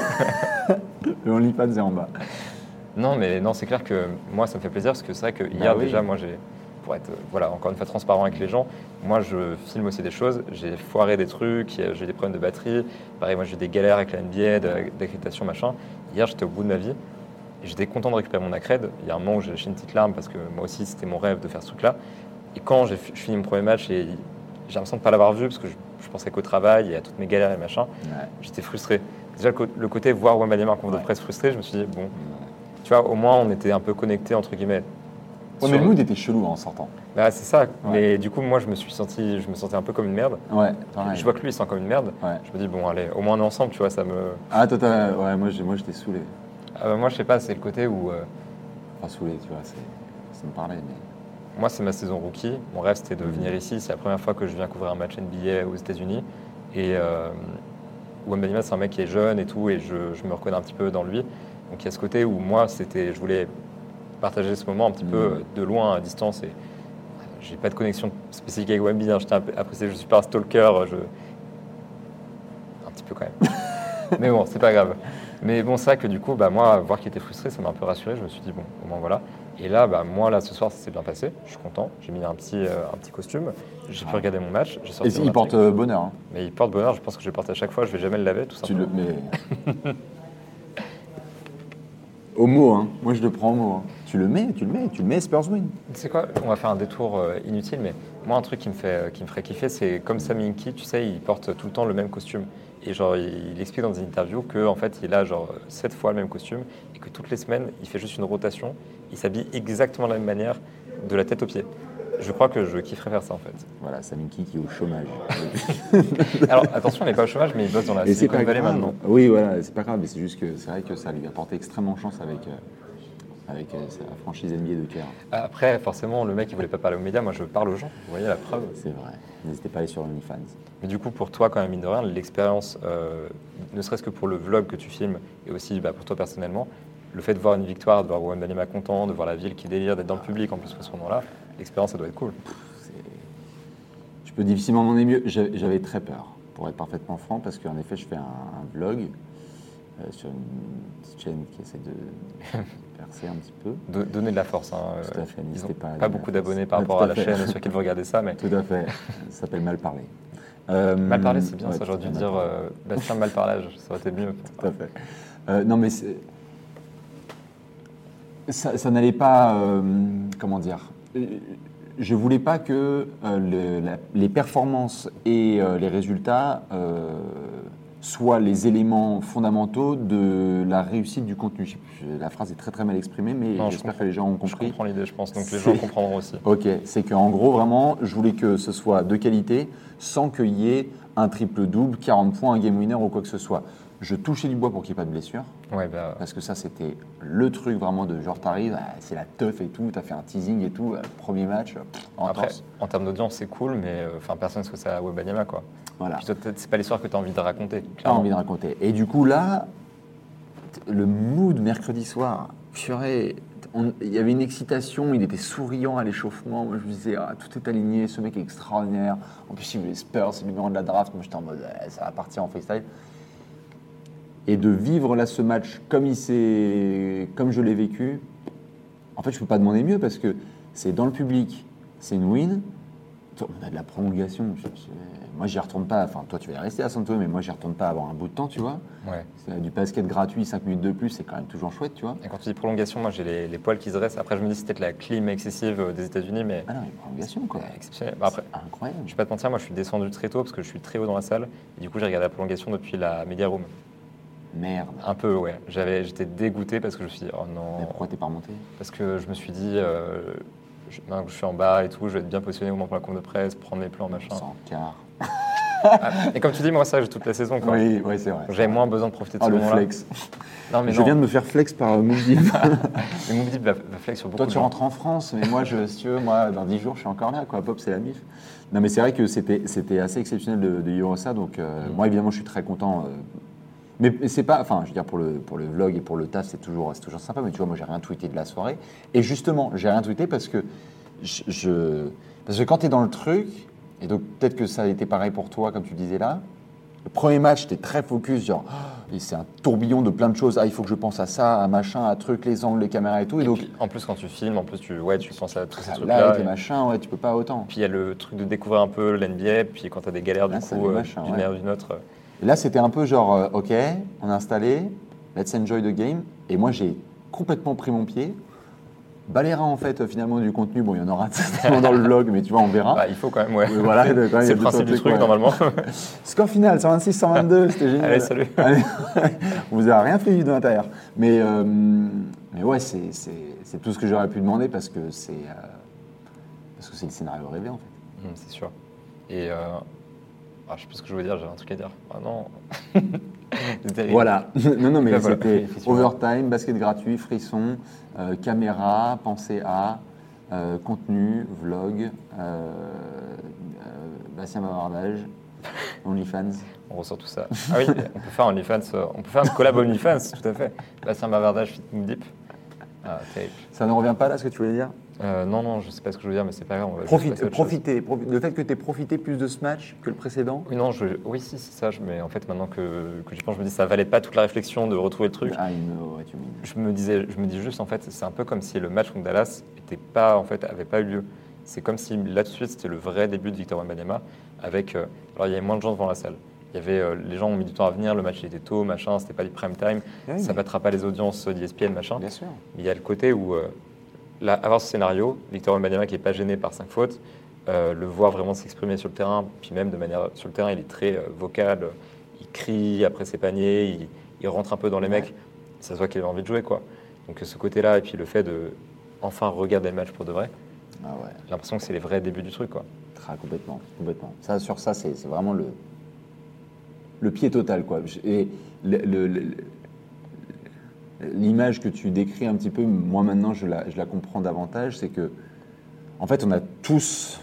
Le OnlyFans est en bas. Non, mais non, c'est clair que moi, ça me fait plaisir parce que c'est vrai que hier, bah oui. déjà, moi, j'ai, pour être, voilà, encore une fois, transparent avec les gens, moi, je filme aussi des choses. J'ai foiré des trucs, j'ai des problèmes de batterie. Pareil, moi, j'ai des galères avec la N B A, d'accréditation, machin. Hier, j'étais au bout de ma vie. Et j'étais content de récupérer mon accred. Il y a un moment où j'ai lâché une petite larme parce que moi aussi, c'était mon rêve de faire ce truc-là. Et quand j'ai fini mon premier match et j'ai l'impression de ne pas l'avoir vu parce que je, je pensais qu'au travail et à toutes mes galères et machin, ouais. j'étais frustré. Déjà, le, le côté voir Wembanyama en conf de presse frustré, je me suis dit, bon, ouais. tu vois, au moins, on était un peu connectés, entre guillemets. Ouais, mais le mood était chelou en sortant. Bah, c'est ça. Ouais. Mais du coup, moi, je me suis senti, je me sentais un peu comme une merde. Ouais, pareil. Je vois que lui, il se sent comme une merde. Ouais. Je me dis, bon, allez, au moins, on est ensemble, tu vois, ça me... Ah, toi, t'as... ouais, moi, j'ai, moi, j'étais saoulé. Ah, bah, moi, je sais pas, c'est le côté où... Euh... Pas saoulé, tu vois, c'est... ça me parlait, mais... Moi, c'est ma saison rookie. Mon rêve, c'était de mmh. venir ici. C'est la première fois que je viens couvrir un match N B A aux États-Unis. Et euh, Wembanyama, c'est un mec qui est jeune et tout, et je, je me reconnais un petit peu dans lui. Donc, il y a ce côté où moi, c'était, je voulais partager ce moment un petit mmh. peu de loin, à distance. Et j'ai pas de connexion spécifique avec Wemby. Hein. Je tiens à préciser, je suis pas un stalker. Je... Un petit peu quand même. Mais bon, c'est pas grave. Mais bon, c'est vrai que du coup, bah, moi, voir qu'il était frustré, ça m'a un peu rassuré. Je me suis dit, bon, au moins voilà. Et là, bah, moi, là, ce soir, ça s'est bien passé. Je suis content. J'ai mis un petit, euh, un petit costume. J'ai pu regarder mon match. J'ai sorti et il porte euh, bonheur. Hein. Mais il porte bonheur. Je pense que je le porte à chaque fois. Je vais jamais le laver, tout simplement. Tu le mets. Au mot, hein. Moi, je le prends au mot. Hein. Tu le mets, tu le mets, tu le mets, Spurs win. Tu sais quoi? On va faire un détour euh, inutile, mais moi, un truc qui me, fait, qui me ferait kiffer, c'est comme Sam Hinkie, tu sais, il porte tout le temps le même costume. Et genre, il, il explique dans des interviews qu'en fait, il a genre sept fois le même costume et que toutes les semaines, il fait juste une rotation. Il s'habille exactement de la même manière, de la tête aux pieds. Je crois que je kifferais faire ça en fait. Voilà, Sam Hinkie qui est au chômage. Alors attention, il n'est pas au chômage, mais il bosse dans la Silicon Valley maintenant. Oui, voilà, c'est pas grave, mais c'est juste que c'est vrai que ça lui a porté extrêmement chance avec, euh, avec euh, sa franchise N B A de cœur. Après, forcément, le mec, il voulait pas parler aux médias. Moi, je parle aux gens. Vous voyez la preuve. C'est vrai. N'hésitez pas à aller sur OnlyFans. Mais du coup, pour toi, quand même, mine de rien, l'expérience, euh, ne serait-ce que pour le vlog que tu filmes et aussi bah, pour toi personnellement, le fait de voir une victoire, de voir Wembanyama content, de voir la ville qui délire, d'être dans le public en plus à ce moment-là, l'expérience, ça doit être cool. C'est... Je peux difficilement m'en mieux. J'avais très peur, pour être parfaitement franc, parce qu'en effet, je fais un, un vlog euh, sur une petite chaîne qui essaie de percer un petit peu. De, donner de la force. Hein. Tout à fait, n'hésitez pas. Pas beaucoup d'abonnés par rapport à, à la chaîne sur laquelle vous regardez ça. Mais... Tout à fait, ça s'appelle Mal parler. Euh, Mal parler, c'est bien, ouais, ça, j'aurais dû mal dire parlé. euh, Bastien mal parlage, ça aurait été mieux. Tout à fait. Euh, non, mais c'est- ça, ça n'allait pas. euh, comment dire euh, Je voulais pas que euh, le- la- les performances et euh, les résultats euh, soient les éléments fondamentaux de la réussite du contenu. Je sais plus, la phrase est très très mal exprimée, mais Non, je j'espère comprends. que les gens ont Je compris. comprends l'idée, je pense, donc les C'est- gens comprendront aussi. Ok, c'est qu'en gros, vraiment, je voulais que ce soit de qualité sans qu'il y ait un triple-double, quarante points, un game winner ou quoi que ce soit. Je touchais du bois pour qu'il n'y ait pas de blessure, Ouais, bah, parce que ça, c'était le truc vraiment de genre, t'arrives, ah, c'est la teuf et tout, t'as fait un teasing et tout, euh, premier match, pff, en après, torse. en termes d'audience, c'est cool, mais euh, enfin, personne ne sait que c'est à Wembanyama, quoi. Voilà, Puis toi, peut-être, c'est pas l'histoire que tu as envie de raconter. pas clairement. envie de raconter. Et du coup, là, t- le mood mercredi soir, purée, on- il y avait une excitation, il était souriant à l'échauffement. Moi, je me disais, ah, tout est aligné, ce mec est extraordinaire. En plus, il veut les Spurs, c'est le numéro de la draft. Moi, j'étais en mode, eh, ça va partir en freestyle. Et de vivre là ce match comme, il s'est- comme je l'ai vécu, en fait, je ne peux pas demander mieux parce que c'est dans le public, c'est une win. On a de la prolongation. Je- je- moi, j'y retourne pas. Enfin, toi, tu vas y rester à Santo, mais moi, j'y retourne pas avoir un bout de temps, tu vois. Ouais. C'est du basket gratuit, cinq minutes de plus, c'est quand même toujours chouette, tu vois. Et quand tu dis prolongation, moi j'ai les, les poils qui se dressent. Après, je me dis c'est peut-être la clim excessive euh, des États-Unis, mais Ah non, mais prolongation, quoi. c'est exceptionnel. Bah, après, C'est incroyable. je vais pas te mentir, moi je suis descendu très tôt parce que je suis très haut dans la salle. Et du coup, j'ai regardé la prolongation depuis la media room. Merde. Un peu, ouais. J'avais, j'étais dégoûté parce que je me suis dit, oh Mais non. pourquoi t'es pas remonté? Parce que je me suis dit, euh, je, maintenant que je suis en bas et tout, je vais être bien positionné au moment pour la conf de presse, prendre mes plans, machin. Sans quart. Ah, et comme tu dis, moi, ça, j'ai toute la saison. Quoi. Oui, oui, c'est vrai. J'avais moins besoin de profiter de Oh, ce le moment-là. flex. Non, mais Je non. viens de me faire flex par euh, Moodip. Mais Moubdib va, va flex sur beaucoup Toi, de tu gens. rentres en France, mais moi, je, si tu veux, moi, dans dix jours, je suis encore là, quoi. Pop, c'est la mif. Non, mais c'est vrai que c'était, c'était assez exceptionnel de, de vivre ça. Donc, euh, Mm. moi, évidemment, je suis très content. euh, mais mais c'est pas, enfin, je veux dire, pour le, pour le vlog et pour le taf, c'est toujours, c'est toujours sympa. Mais tu vois, moi, j'ai rien tweeté de la soirée. Et justement, j'ai rien tweeté parce que je, je- parce que quand tu es dans le truc, et donc peut-être que ça a été pareil pour toi, comme tu disais là. Le premier match, j'étais très focus, genre, oh, et c'est un tourbillon de plein de choses. Ah, il faut que je pense à ça, à machin, à truc, les angles, les caméras et tout. Et, Et donc, puis, en plus, quand tu filmes, en plus, tu, ouais, tu penses à tous ces là, trucs-là. avec les et- machins, ouais, tu peux pas autant. Puis il y a le truc de découvrir un peu l'N B A, puis quand tu as des galères, du Là, ça coup, des euh, machins, d'une ouais. manière ou d'une autre. euh, Et là, c'était un peu genre, euh, ok, on a installé, let's enjoy the game. Et moi, j'ai complètement pris mon pied. Baléra, en fait, finalement, du contenu, bon, il y en aura certainement dans le vlog, mais tu vois, on verra. bah, il faut quand même, ouais. Oui, voilà, quand même, il y a C'est le deux, principe trois du truc, ouais. normalement. Score final, cent vingt-six cent vingt-deux, c'était génial. Allez, salut. Allez. On vous a rien fait vivre de l'intérieur. Mais, euh, mais ouais, c'est, c'est, c'est tout ce que j'aurais pu demander parce que c'est, euh, parce que c'est le scénario rêvé, en fait. Hum, c'est sûr. Et euh, ah, je sais plus ce que je voulais dire, j'avais un truc à dire. Ah non. C'est terrible. Voilà. non, non, mais Là, voilà, c'était effectivement. overtime, basket gratuit, frisson, euh, caméra, pensée à, euh, contenu, vlog, euh, euh, Bastien Bavardage, OnlyFans. On ressort tout ça. Ah oui, on peut faire un OnlyFans, euh, on peut faire un collab OnlyFans, tout à fait. Bastien Bavardage, Fit Moubdip. Ah, terrible. Ça ne revient pas là, ce que tu voulais dire? Euh, non, non, je sais pas ce que je veux dire, mais c'est pas grave. On va juste Profite, passer à autre chose. profiter, profi- le fait que tu aies profité plus de ce match que le précédent. Oui, non, je, oui, si, c'est ça. je- Mais en fait, maintenant que, que j'y pense, je me dis ça valait pas toute la réflexion de retrouver le truc. Ah, il me, ouais, tu me- Je me disais, je me dis juste en fait, c'est un peu comme si le match contre Dallas était pas, en fait, avait pas eu lieu. C'est comme si là tout de suite c'était le vrai début de Victor Wembanyama. Avec, euh, alors il y avait moins de gens devant la salle. Il y avait, euh, les gens ont mis du temps à venir, le match il était tôt, machin, c'était pas du prime time, Oui, ça mais- battra pas les audiences d'E S P N, machin. Bien sûr. Mais il y a le côté où, euh, là, avoir ce scénario, Victor Wembanyama qui est pas gêné par cinq fautes, euh, le voir vraiment s'exprimer sur le terrain, puis même de manière sur le terrain, il est très euh, vocal, euh, il crie après ses paniers, il, il rentre un peu dans les Ouais. mecs, ça se voit qu'il a envie de jouer quoi. Donc euh, ce côté-là et puis le fait de enfin regarder le match pour de vrai, Ah ouais, j'ai l'impression que c'est les vrais débuts du truc quoi. très complètement, complètement. Ça, sur ça, c'est c'est vraiment le, le pied total, quoi. Et le- le- le- l'image que tu décris un petit peu, moi maintenant, je la, je la comprends davantage, c'est que, en fait, on a tous,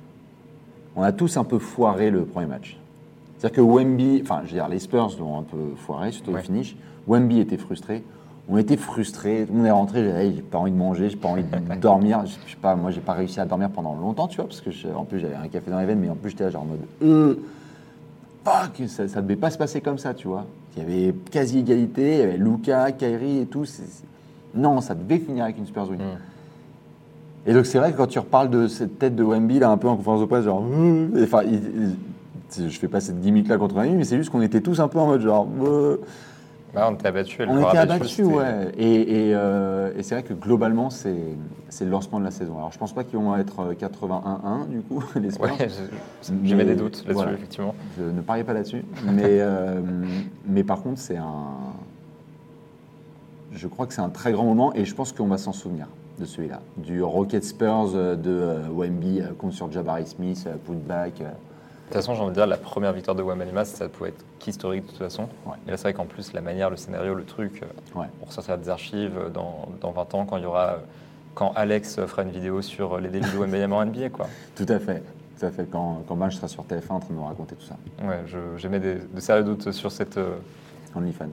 on a tous un peu foiré le premier match. C'est-à-dire que Wemby, enfin, je veux dire, les Spurs l'ont un peu foiré, surtout Ouais. au finish. Wemby était frustré. On était frustrés. Tout le monde est rentré. J'ai dit, hey, j'ai pas envie de manger, j'ai pas envie de dormir. Je, je sais pas, moi, j'ai pas réussi à dormir pendant longtemps, tu vois, parce que je- en plus j'avais un café dans les veines, mais en plus j'étais là genre en mode, euh, fuck, ça, ça devait pas se passer comme ça, tu vois. Il y avait quasi égalité, il y avait Luka, Kyrie et tout. c'est- c'est- Non, ça devait finir avec une Spurs win. Mm. Et donc c'est vrai que quand tu reparles de cette tête de Wemby là, un peu en conférence de presse, genre, euh, enfin, il- il- c'est- je fais pas cette gimmick-là contre Miami, mais c'est juste qu'on était tous un peu en mode genre. euh, Bah, on était abattus. on était abattus, ouais. Et, et, euh, et c'est vrai que globalement, c'est, c'est le lancement de la saison. Alors je pense pas qu'ils vont être quatre-vingt-un un du coup, les Spurs. Ouais, je- j'avais des doutes là-dessus, voilà. effectivement. Je ne pariais pas là-dessus. mais, euh, mais par contre, c'est un. Je crois que c'est un très grand moment et je pense qu'on va s'en souvenir de celui-là. Du Rocket Spurs euh, de euh, Wemby euh, contre sur Jabari Smith, euh, putback. euh. De toute façon, j'ai envie de dire, la première victoire de Wembanyama, ça pouvait être qu'historique de toute façon. Ouais. Et là, c'est vrai qu'en plus, la manière, le scénario, le truc, euh, Ouais. on ressortira des archives euh, dans, dans vingt ans, quand il y aura, euh, quand Alex fera une vidéo sur euh, les débuts de Wembanyama en N B A, quoi. Tout à fait. Tout à fait. Quand, quand Benj sera sur T F un en train de nous raconter tout ça. Ouais, je- j'émets des- de sérieux doutes sur cette. euh, OnlyFans.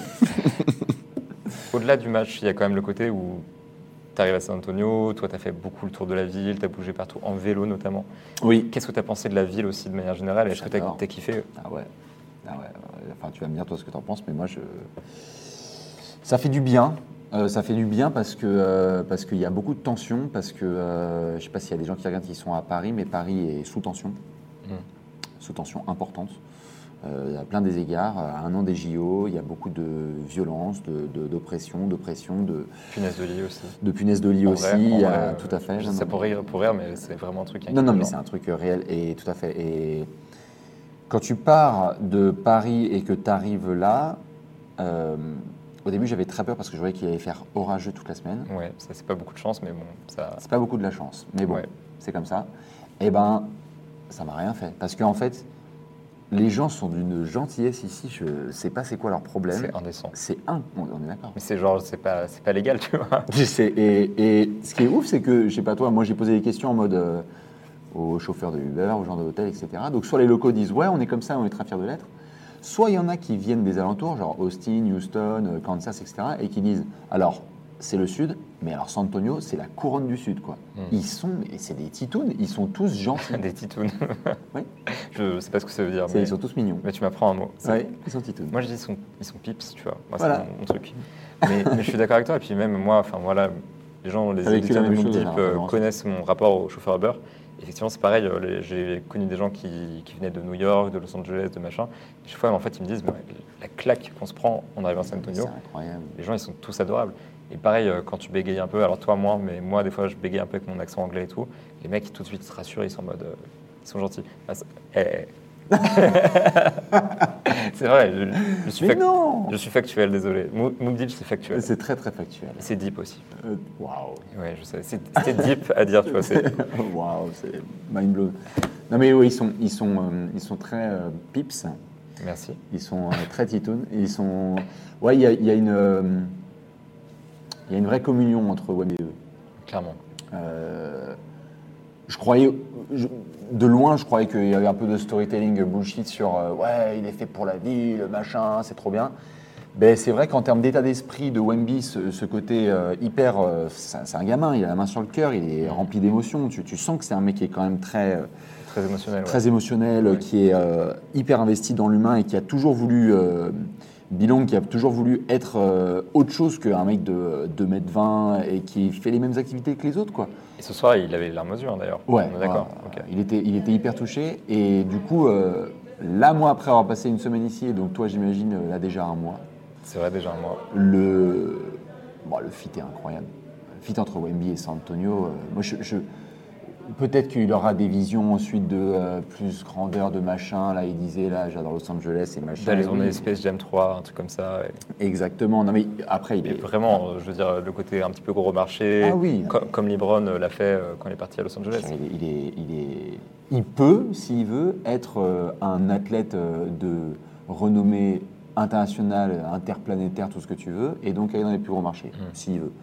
Au-delà du match, il y a quand même le côté où tu arrives à San Antonio, toi, tu as fait beaucoup le tour de la ville, tu as bougé partout, en vélo notamment. Oui. Qu'est-ce que tu as pensé de la ville aussi, de manière générale? Est-ce que tu J'adore. as kiffé? Ah ouais. Ah ouais. ouais. Enfin, tu vas me dire toi ce que tu en penses, mais moi, je. Ça fait du bien. Euh, ça fait du bien parce que euh, parce qu'il y a beaucoup de tension, parce que euh, je sais pas s'il y a des gens qui regardent qui sont à Paris, mais Paris est sous tension, Mm. sous tension importante. Euh, à plein des égards, à un an des J O, il y a beaucoup de violence, de, de- d'oppression, d'oppression, de, Punaise de lit aussi. de punaises de lit En aussi. vrai, en il y a- vrai, euh, tout à fait. Je Non, dis ça non, pour mais- rire, pour rire, mais c'est vraiment un truc. Non, non, mais inquiétant. c'est un truc réel et tout à fait. Et quand tu pars de Paris et que tu arrives là, euh, au début j'avais très peur parce que je voyais qu'il allait faire orageux toute la semaine. Ouais, ça c'est pas beaucoup de chance, mais bon, ça. C'est pas beaucoup de la chance, mais bon, Ouais. c'est comme ça. Et ben, ça m'a rien fait parce qu'en fait, les gens sont d'une gentillesse ici. Je sais pas c'est quoi leur problème. C'est indécent. C'est un, on on est d'accord. Mais c'est genre, c'est pas, c'est pas légal, tu vois. C'est- Et, et ce qui est ouf, c'est que, je sais pas toi, moi j'ai posé des questions en mode euh, aux chauffeurs de Uber, aux gens de l'hôtel, et cetera. Donc soit les locaux disent ouais, on est comme ça, on est très fiers de l'être. Soit il y en a qui viennent des alentours, genre Austin, Houston, euh, Kansas, et cetera. Et qui disent alors c'est le sud, mais alors San Antonio c'est la couronne du sud, quoi. Mm. Ils sont, et c'est des titounes, ils sont tous gentils. Des titounes. Oui. Je sais pas ce que ça veut dire, C'est- mais, Ils sont tous mignons. mais tu m'apprends un mot. C'est- Ouais, ils sont titounes. Moi, je dis ils sont, ils sont pips, tu vois. Moi, Voilà. c'est mon, mon truc. Mais, mais je suis d'accord avec toi. Et puis même moi, enfin voilà, les gens, les T'as vécu éditeurs la de même Mook chose, Deep alors, euh, vraiment. connaissent mon rapport au chauffeur Uber. Effectivement, c'est pareil. euh, les- J'ai connu des gens qui, qui venaient de New York, de Los Angeles, de machin. Et chaque fois, en fait, ils me disent mais la claque qu'on se prend en arrivant à San Antonio. C'est incroyable. Les gens, ils sont tous adorables. Et pareil, euh, quand tu bégayes un peu, alors toi, moi, mais moi, des fois, je bégaye un peu avec mon accent anglais et tout. Les mecs, tout de suite, se rassurent, ils sont en mode. euh, ils sont gentils. Ah, c'est eh, eh. C'est vrai, je, je suis Mais fac- non je suis factuel, désolé. Mook Mook Deep, c'est factuel. C'est très très factuel. Et c'est deep aussi. Euh, Waouh. Ouais, je sais. C'est- C'était deep à dire, tu vois. c'est- Waouh, c'est mind blown. Non mais oui, ils sont, ils sont, euh, ils sont très euh, pips. Merci. Ils sont euh, très titounes. Ils sont. Ouais, il y a, il y a une, euh, il y a une vraie communion entre Wemby et eux. Clairement. Euh, je croyais, je- de loin, je croyais qu'il y avait un peu de storytelling bullshit sur euh, ouais, il est fait pour la ville, machin, c'est trop bien. Ben, c'est vrai qu'en termes d'état d'esprit de Wemby, ce, ce côté euh, hyper, euh, c'est un- c'est un gamin, il a la main sur le cœur, il est rempli d'émotions. Tu, tu sens que c'est un mec qui est quand même très, euh, Très émotionnel. ouais. très émotionnel, Ouais. qui est euh, hyper investi dans l'humain et qui a toujours voulu, euh, Bilong, qui a toujours voulu être euh, autre chose qu'un mec de deux mètres vingt et qui fait les mêmes activités que les autres, quoi. Et ce soir, il avait les larmes aux yeux, hein, d'ailleurs. Ouais, On est d'accord. ouais, Ok. il, était, il était hyper touché. Et du coup, euh, là, moi, après avoir passé une semaine ici, et donc toi, j'imagine, euh, là déjà un mois, C'est vrai, déjà, moi. le, bon, le fit est incroyable. Le fit entre Wemby et San Antonio, euh, moi, je, je- peut-être qu'il aura des visions ensuite de euh, plus grandeur, de machin. Là, il disait, là, j'adore Los Angeles et machin. D'aller Et tourner oui, Space Jam trois, un truc comme ça. et- Exactement. Non, mais après, il Et est. vraiment, euh, je veux dire, le côté un petit peu gros marché, Ah oui. co- comme LeBron euh, l'a fait euh, quand il est parti à Los Angeles. Il est, il, est, il, est- il peut, s'il veut, être euh, un athlète euh, de renommée internationale, interplanétaire, tout ce que tu veux, et donc aller dans les plus gros marchés, Mm. s'il veut.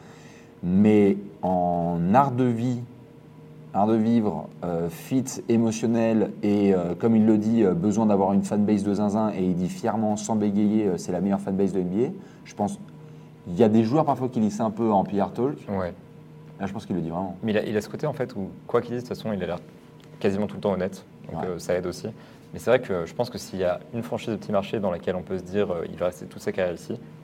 Mais en art de vie, art de vivre, euh, fit, émotionnel, et euh, comme il le dit, euh, besoin d'avoir une fanbase de zinzin, et il dit fièrement, sans bégayer, euh, c'est la meilleure fanbase de N B A, je pense. Il y a des joueurs parfois qui disent ça un peu en P R talk. Ouais. Là, je pense qu'il le dit vraiment. Mais il a, il a ce côté, en fait, où, quoi qu'il dise, de toute façon, il a l'air quasiment tout le temps honnête. Donc Ouais. euh, ça aide aussi. Mais c'est vrai que je pense que s'il y a une franchise de petit marché dans laquelle on peut se dire euh, il va rester toute sa carrière ici,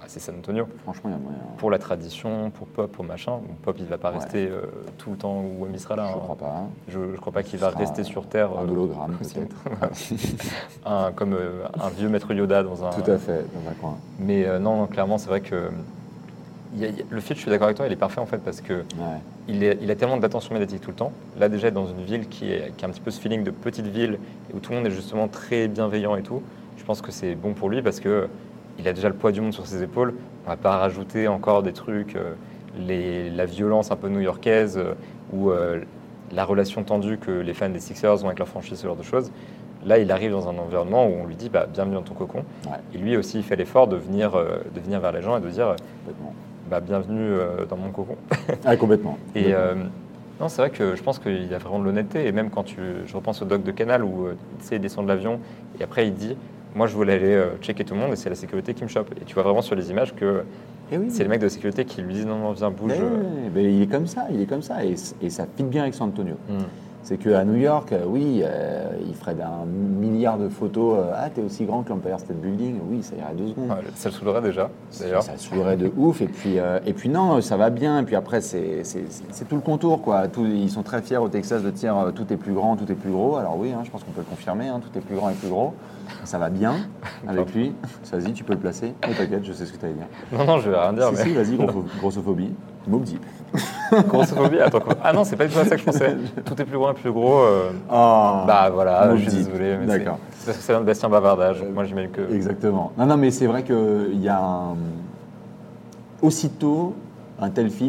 c'est San Antonio. Franchement, il y a moyen. Pour la tradition, pour Pop, pour machin. Bon, Pop, il va pas Ouais. rester euh, tout le temps où Wemby sera là. Je hein. crois pas. Je ne crois pas qu'il Ce va sera rester sur Terre. Un euh, hologramme, aussi. peut-être. un, comme euh, un vieux maître Yoda dans un. Tout à fait, dans un coin. Mais euh, non, non, clairement, c'est vrai que il y a- il y a- le fit, je suis d'accord avec toi, il est parfait en fait parce que Ouais. il, est- il a tellement d'attention médiatique tout le temps. Là, déjà, être dans une ville qui, est, qui a un petit peu ce feeling de petite ville et où tout le monde est justement très bienveillant et tout, je pense que c'est bon pour lui parce que il a déjà le poids du monde sur ses épaules. On va pas rajouter encore des trucs, euh, les, la violence un peu new-yorkaise euh, ou euh, la relation tendue que les fans des Sixers ont avec leur franchise, ce genre de choses. Là, il arrive dans un environnement où on lui dit bah, bienvenue dans ton cocon. Ouais. Et lui aussi, il fait l'effort de venir, euh, de venir vers les gens et de dire Complètement. bah, bienvenue euh, dans mon cocon. Ah, complètement. Et euh, non, c'est vrai que je pense qu'il a vraiment de l'honnêteté. Et même quand tu, je repense au doc de Canal où euh, tu sais, il descend de l'avion et après il dit moi, je voulais aller euh, checker tout le monde et c'est la sécurité qui me chope. Et tu vois vraiment sur les images que Eh oui. c'est les mecs de sécurité qui lui disent non, non, viens, bouge. Mais, euh. mais il est comme ça, il est comme ça, et, et ça fit bien avec San Antonio. Hmm. C'est qu'à New York, euh, oui, euh, il ferait d'un milliard de photos. euh, ah, t'es aussi grand que l'Empire State Building. Oui, ça irait deux secondes. Ouais, ça le saoulerait déjà, d'ailleurs. Ça saoulerait de ouf. Et puis, euh, et puis non, ça va bien. Et puis après, c'est c'est- c'est- c'est tout le contour, quoi. Tout- ils sont très fiers au Texas de dire euh, tout est plus grand, tout est plus gros. Alors oui, hein, je pense qu'on peut le confirmer. hein, tout est plus grand et plus gros. Ça va bien avec lui. Vas-y, tu peux le placer. Oh, t'inquiète, je sais ce que tu allais dire. Non, non, je vais rien dire. Si, mais... si, vas-y, grosso- grossophobie. Mob deep. Grossophobie, attends. quoi. Ah non, c'est pas du tout à ça que je pensais. Tout est plus grand et plus gros. euh, Oh, Bah voilà, Mob je suis deep. désolé. mais c'est- D'accord. C'est parce que ça vient de Bastien Bavardage. Euh, Moi, j'imagine que. Exactement. Non, non, mais c'est vrai qu'il y a un... aussitôt un tel fit,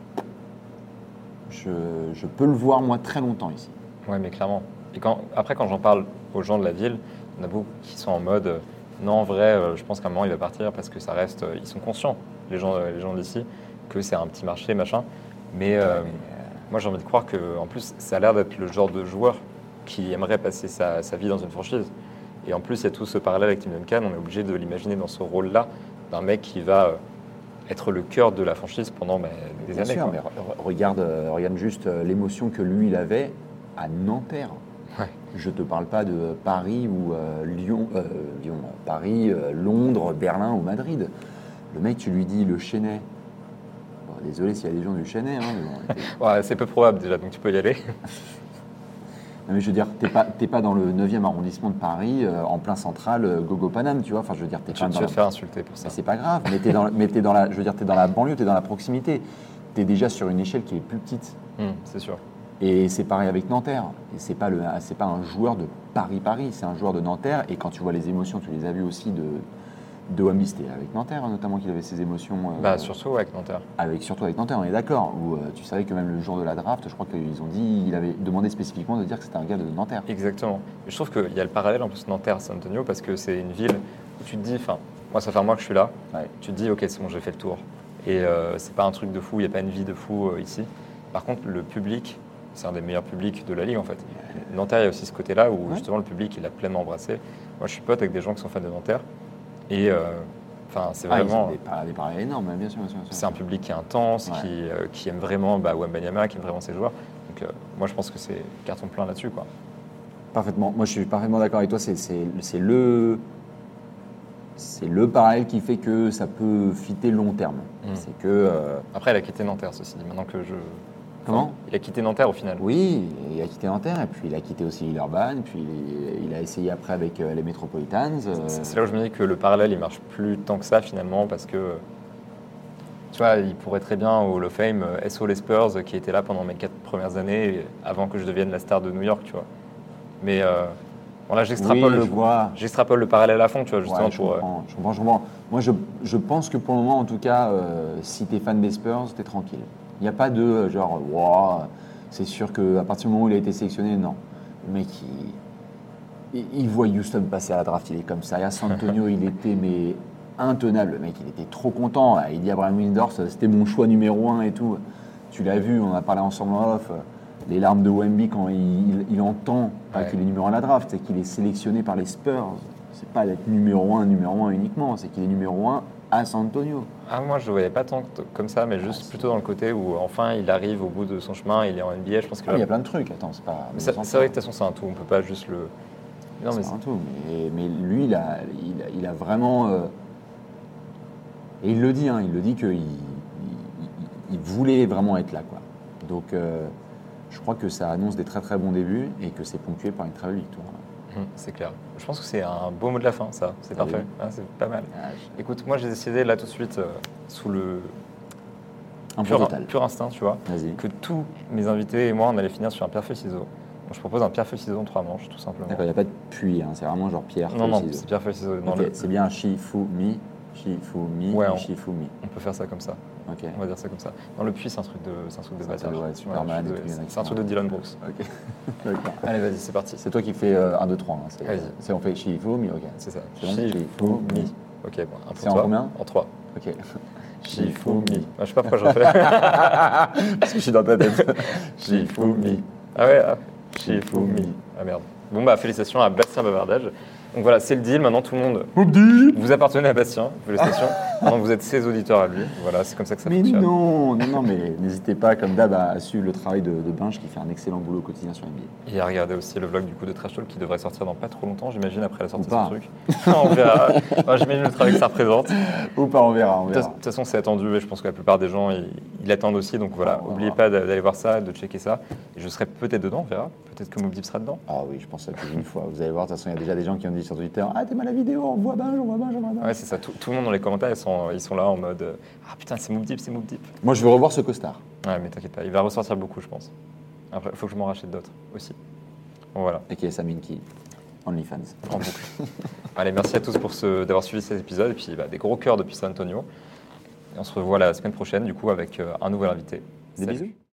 je, je peux le voir moi très longtemps ici. Ouais, mais clairement. Et quand, après, quand j'en parle aux gens de la ville, il y en a beaucoup qui sont en mode euh, non, en vrai, euh, je pense qu'à un moment il va partir parce que ça reste. euh, ils sont conscients, les gens, euh, les gens d'ici, que c'est un petit marché, machin. Mais euh, moi, j'ai envie de croire que, en plus, ça a l'air d'être le genre de joueur qui aimerait passer sa, sa vie dans une franchise. Et en plus, il y a tout ce parallèle avec Tim Duncan. On est obligé de l'imaginer dans ce rôle-là d'un mec qui va euh, être le cœur de la franchise pendant bah, des Bien années. sûr, quoi. mais re- re- regarde, euh, regarde juste euh, l'émotion que lui il avait à Nanterre. Ouais. Je te parle pas de Paris ou euh, Lyon, euh, Lyon, euh, Paris, euh, Londres, Berlin ou Madrid. Le mec, tu lui dis le Chennai. Bon, désolé s'il y a des gens du Chennai, hein, mais bon, Ouais, c'est peu probable déjà, donc tu peux y aller. non, mais je veux dire, t'es pas, t'es pas dans le neuvième arrondissement de Paris, euh, en plein central, euh, Gogo Paname, tu vois. Enfin, je veux dire, t'es tu pas tu dans vas la... te faire insulter pour ça. Mais c'est pas grave, mais t'es dans, mais t'es dans la, je veux dire, t'es dans la banlieue, t'es dans la proximité. T'es déjà sur une échelle qui est plus petite. Hum, c'est sûr. Et c'est pareil avec Nanterre. Et c'est pas le, c'est pas un joueur de Paris-Paris, c'est un joueur de Nanterre. Et quand tu vois les émotions, tu les as vues aussi de de Wemby, c'était avec Nanterre, hein, notamment qu'il avait ses émotions. euh, Bah, surtout avec Nanterre. avec surtout avec Nanterre, on est d'accord. Où euh, tu savais que même le jour de la draft, je crois qu'ils ont dit, il avait demandé spécifiquement de dire que c'était un gars de Nanterre. Exactement. Et je trouve qu'il y a le parallèle en plus Nanterre-San Antonio parce que c'est une ville où tu te dis, enfin, moi ça fait un mois que je suis là, Ouais. tu te dis, ok, c'est bon, j'ai fait le tour. Et euh, c'est pas un truc de fou, il n'y a pas une vie de fou euh, ici. Par contre, le public, c'est un des meilleurs publics de la ligue en fait. Nanterre, il y a aussi ce côté-là où Ouais. justement le public, il a pleinement embrassé. Moi, je suis pote avec des gens qui sont fans de Nanterre. Et euh, enfin, c'est Ah, ils vraiment. ont des, par- des parallèles énormes, bien sûr, bien sûr. bien sûr. C'est un public qui est intense, Ouais. qui, euh, qui aime vraiment bah, Wembanyama, qui aime vraiment ses joueurs. Donc euh, moi, je pense que c'est carton plein là-dessus, quoi. Parfaitement. Moi, je suis parfaitement d'accord avec toi. C'est, c'est, c'est le, c'est le parallèle qui fait que ça peut fitter long terme. Mm. C'est que, euh, Après, il a quitté Nanterre, ceci dit. Maintenant que je. Comment Enfin, il a quitté Nanterre au final. oui, il a quitté Nanterre et puis il a quitté aussi Villeurbanne, puis il, il a essayé après avec euh, les Metropolitans. euh, C'est c'est là où je me dis que le parallèle, il marche plus tant que ça finalement, parce que. Tu vois, il pourrait très bien au Hall of Fame, euh, S O les Spurs, qui étaient là pendant mes quatre premières années, avant que je devienne la star de New York, tu vois. Mais euh, voilà, j'extrapole oui, le, je vois. j'extrapole le parallèle à fond, tu vois, justement Ouais, je, pour. euh, comprends, je comprends, je comprends. Moi, je, je pense que pour le moment, en tout cas, euh, si tu es fan des Spurs, tu es tranquille. Il n'y a pas de euh, genre, wow, c'est sûr qu'à partir du moment où il a été sélectionné, non. Le mec, il, il, il voit Houston passer à la draft, il est comme ça. Et à San Antonio, il était mais intenable. Le mec, il était trop content. Il dit à Brian Windhorst, c'était mon choix numéro un et tout. Tu l'as vu, on a parlé ensemble en off. Les larmes de Wemby quand il, il, il entend pas Ouais. qu'il est numéro un à la draft, c'est qu'il est sélectionné par les Spurs. C'est pas d'être numéro un, numéro un uniquement, c'est qu'il est numéro un à San Antonio. Ah, moi, je ne le voyais pas tant que- comme ça, mais juste Ah, plutôt dans le côté où enfin il arrive au bout de son chemin, il est en N B A. Je pense que Ah, là- il y a plein de trucs, attends, c'est pas. mais c'est c'est vrai que de toute façon, c'est un tout. On peut pas juste le. Non, mais c'est un tout. Mais, mais lui, il a, il a, il a vraiment. euh, Et il le dit, hein, il le dit qu'il il, il- il voulait vraiment être là, quoi. Donc, euh, je crois que ça annonce des très très bons débuts et que c'est ponctué par une très belle victoire. Hum, c'est clair. Je pense que c'est un beau mot de la fin, ça. C'est Ah parfait. oui. Ah, c'est pas mal. Ah, je- Écoute, moi j'ai décidé là tout de suite, euh, sous le Un pur, point total. pur instinct, tu vois, Vas-y. que tous mes invités et moi on allait finir sur un pierre-feuille-ciseaux. Donc je propose un pierre-feuille-ciseaux en trois manches, tout simplement. D'accord, il n'y a pas de puits, hein, c'est vraiment genre pierre. Non, feuille, non, ciseaux. c'est pierre-feuille-ciseaux. Dans Ok, le- c'est bien Shifumi, Shifumi, Ouais, on- Shifumi. On peut faire ça comme ça. Ok. On va dire ça comme ça. Dans le puits, c'est un truc de, c'est un truc de C'est un bâtard. truc, ouais, Superman je suis et désolé, tout, il y en a c'est- qui c'est un truc de font- Dylan Brooks. Ok. D'accord. Allez, vas-y, c'est parti. C'est toi qui fais euh, un, deux, trois. Hein. C'est, Vas-y. c'est- on fait Shifumi, ok. C'est ça. C'est bon, Shifumi. Shifumi. Ok, bon, un pour C'est en toi. combien En trois. Ok. Shifumi. Ah, je sais pas pourquoi je refais. Parce que je suis dans ta tête. Shifumi. Ah ouais, ah. Shifumi. Ah merde. Bon bah félicitations à Bastien Bavardage. Donc voilà, c'est le deal. Maintenant tout le monde. Vous appartenez à Bastien. Félicitations. Maintenant vous êtes ses auditeurs à lui. Voilà, c'est comme ça que ça Mais fonctionne. non, non, non, mais n'hésitez pas, comme d'hab, à suivre le travail de, de Binge qui fait un excellent boulot au quotidien sur N B A. Et à regarder aussi le vlog du coup de Trash Talk qui devrait sortir dans pas trop longtemps, j'imagine, après la sortie Ou de pas. ce truc. On verra. Moi, j'imagine le travail que ça représente. Ou pas, on verra, on De verra. toute façon, c'est attendu et je pense que la plupart des gens ils, ils l'attendent aussi. Donc voilà, Ah, n'oubliez pas d'a- d'aller voir ça, de checker ça. Et je serai peut-être dedans, on verra. Peut-être que Moubdip sera dedans. Ah oui, je pense que ça plus une fois. Vous allez voir, de toute façon, il y a déjà des gens qui ont dit sur Twitter « Ah, t'es mal la vidéo, on voit Binge, on voit Binge, on voit Binge. Ouais, c'est ça. Tout, tout le monde dans les commentaires, ils sont, ils sont là en mode euh, ah putain, c'est Moubdip, c'est Moubdip. Moi, je veux revoir ce costard. Ouais, mais t'inquiète pas, il va ressortir beaucoup, je pense. Après, il faut que je m'en rachète d'autres aussi. Bon, voilà, Et qui est Samin qui OnlyFans. en boucle. Allez, merci à tous pour ce, d'avoir suivi cet épisode. Et puis, bah, des gros cœurs depuis San Antonio. Et on se revoit la semaine prochaine, du coup, avec euh, un nouvel invité. Des Salut. bisous.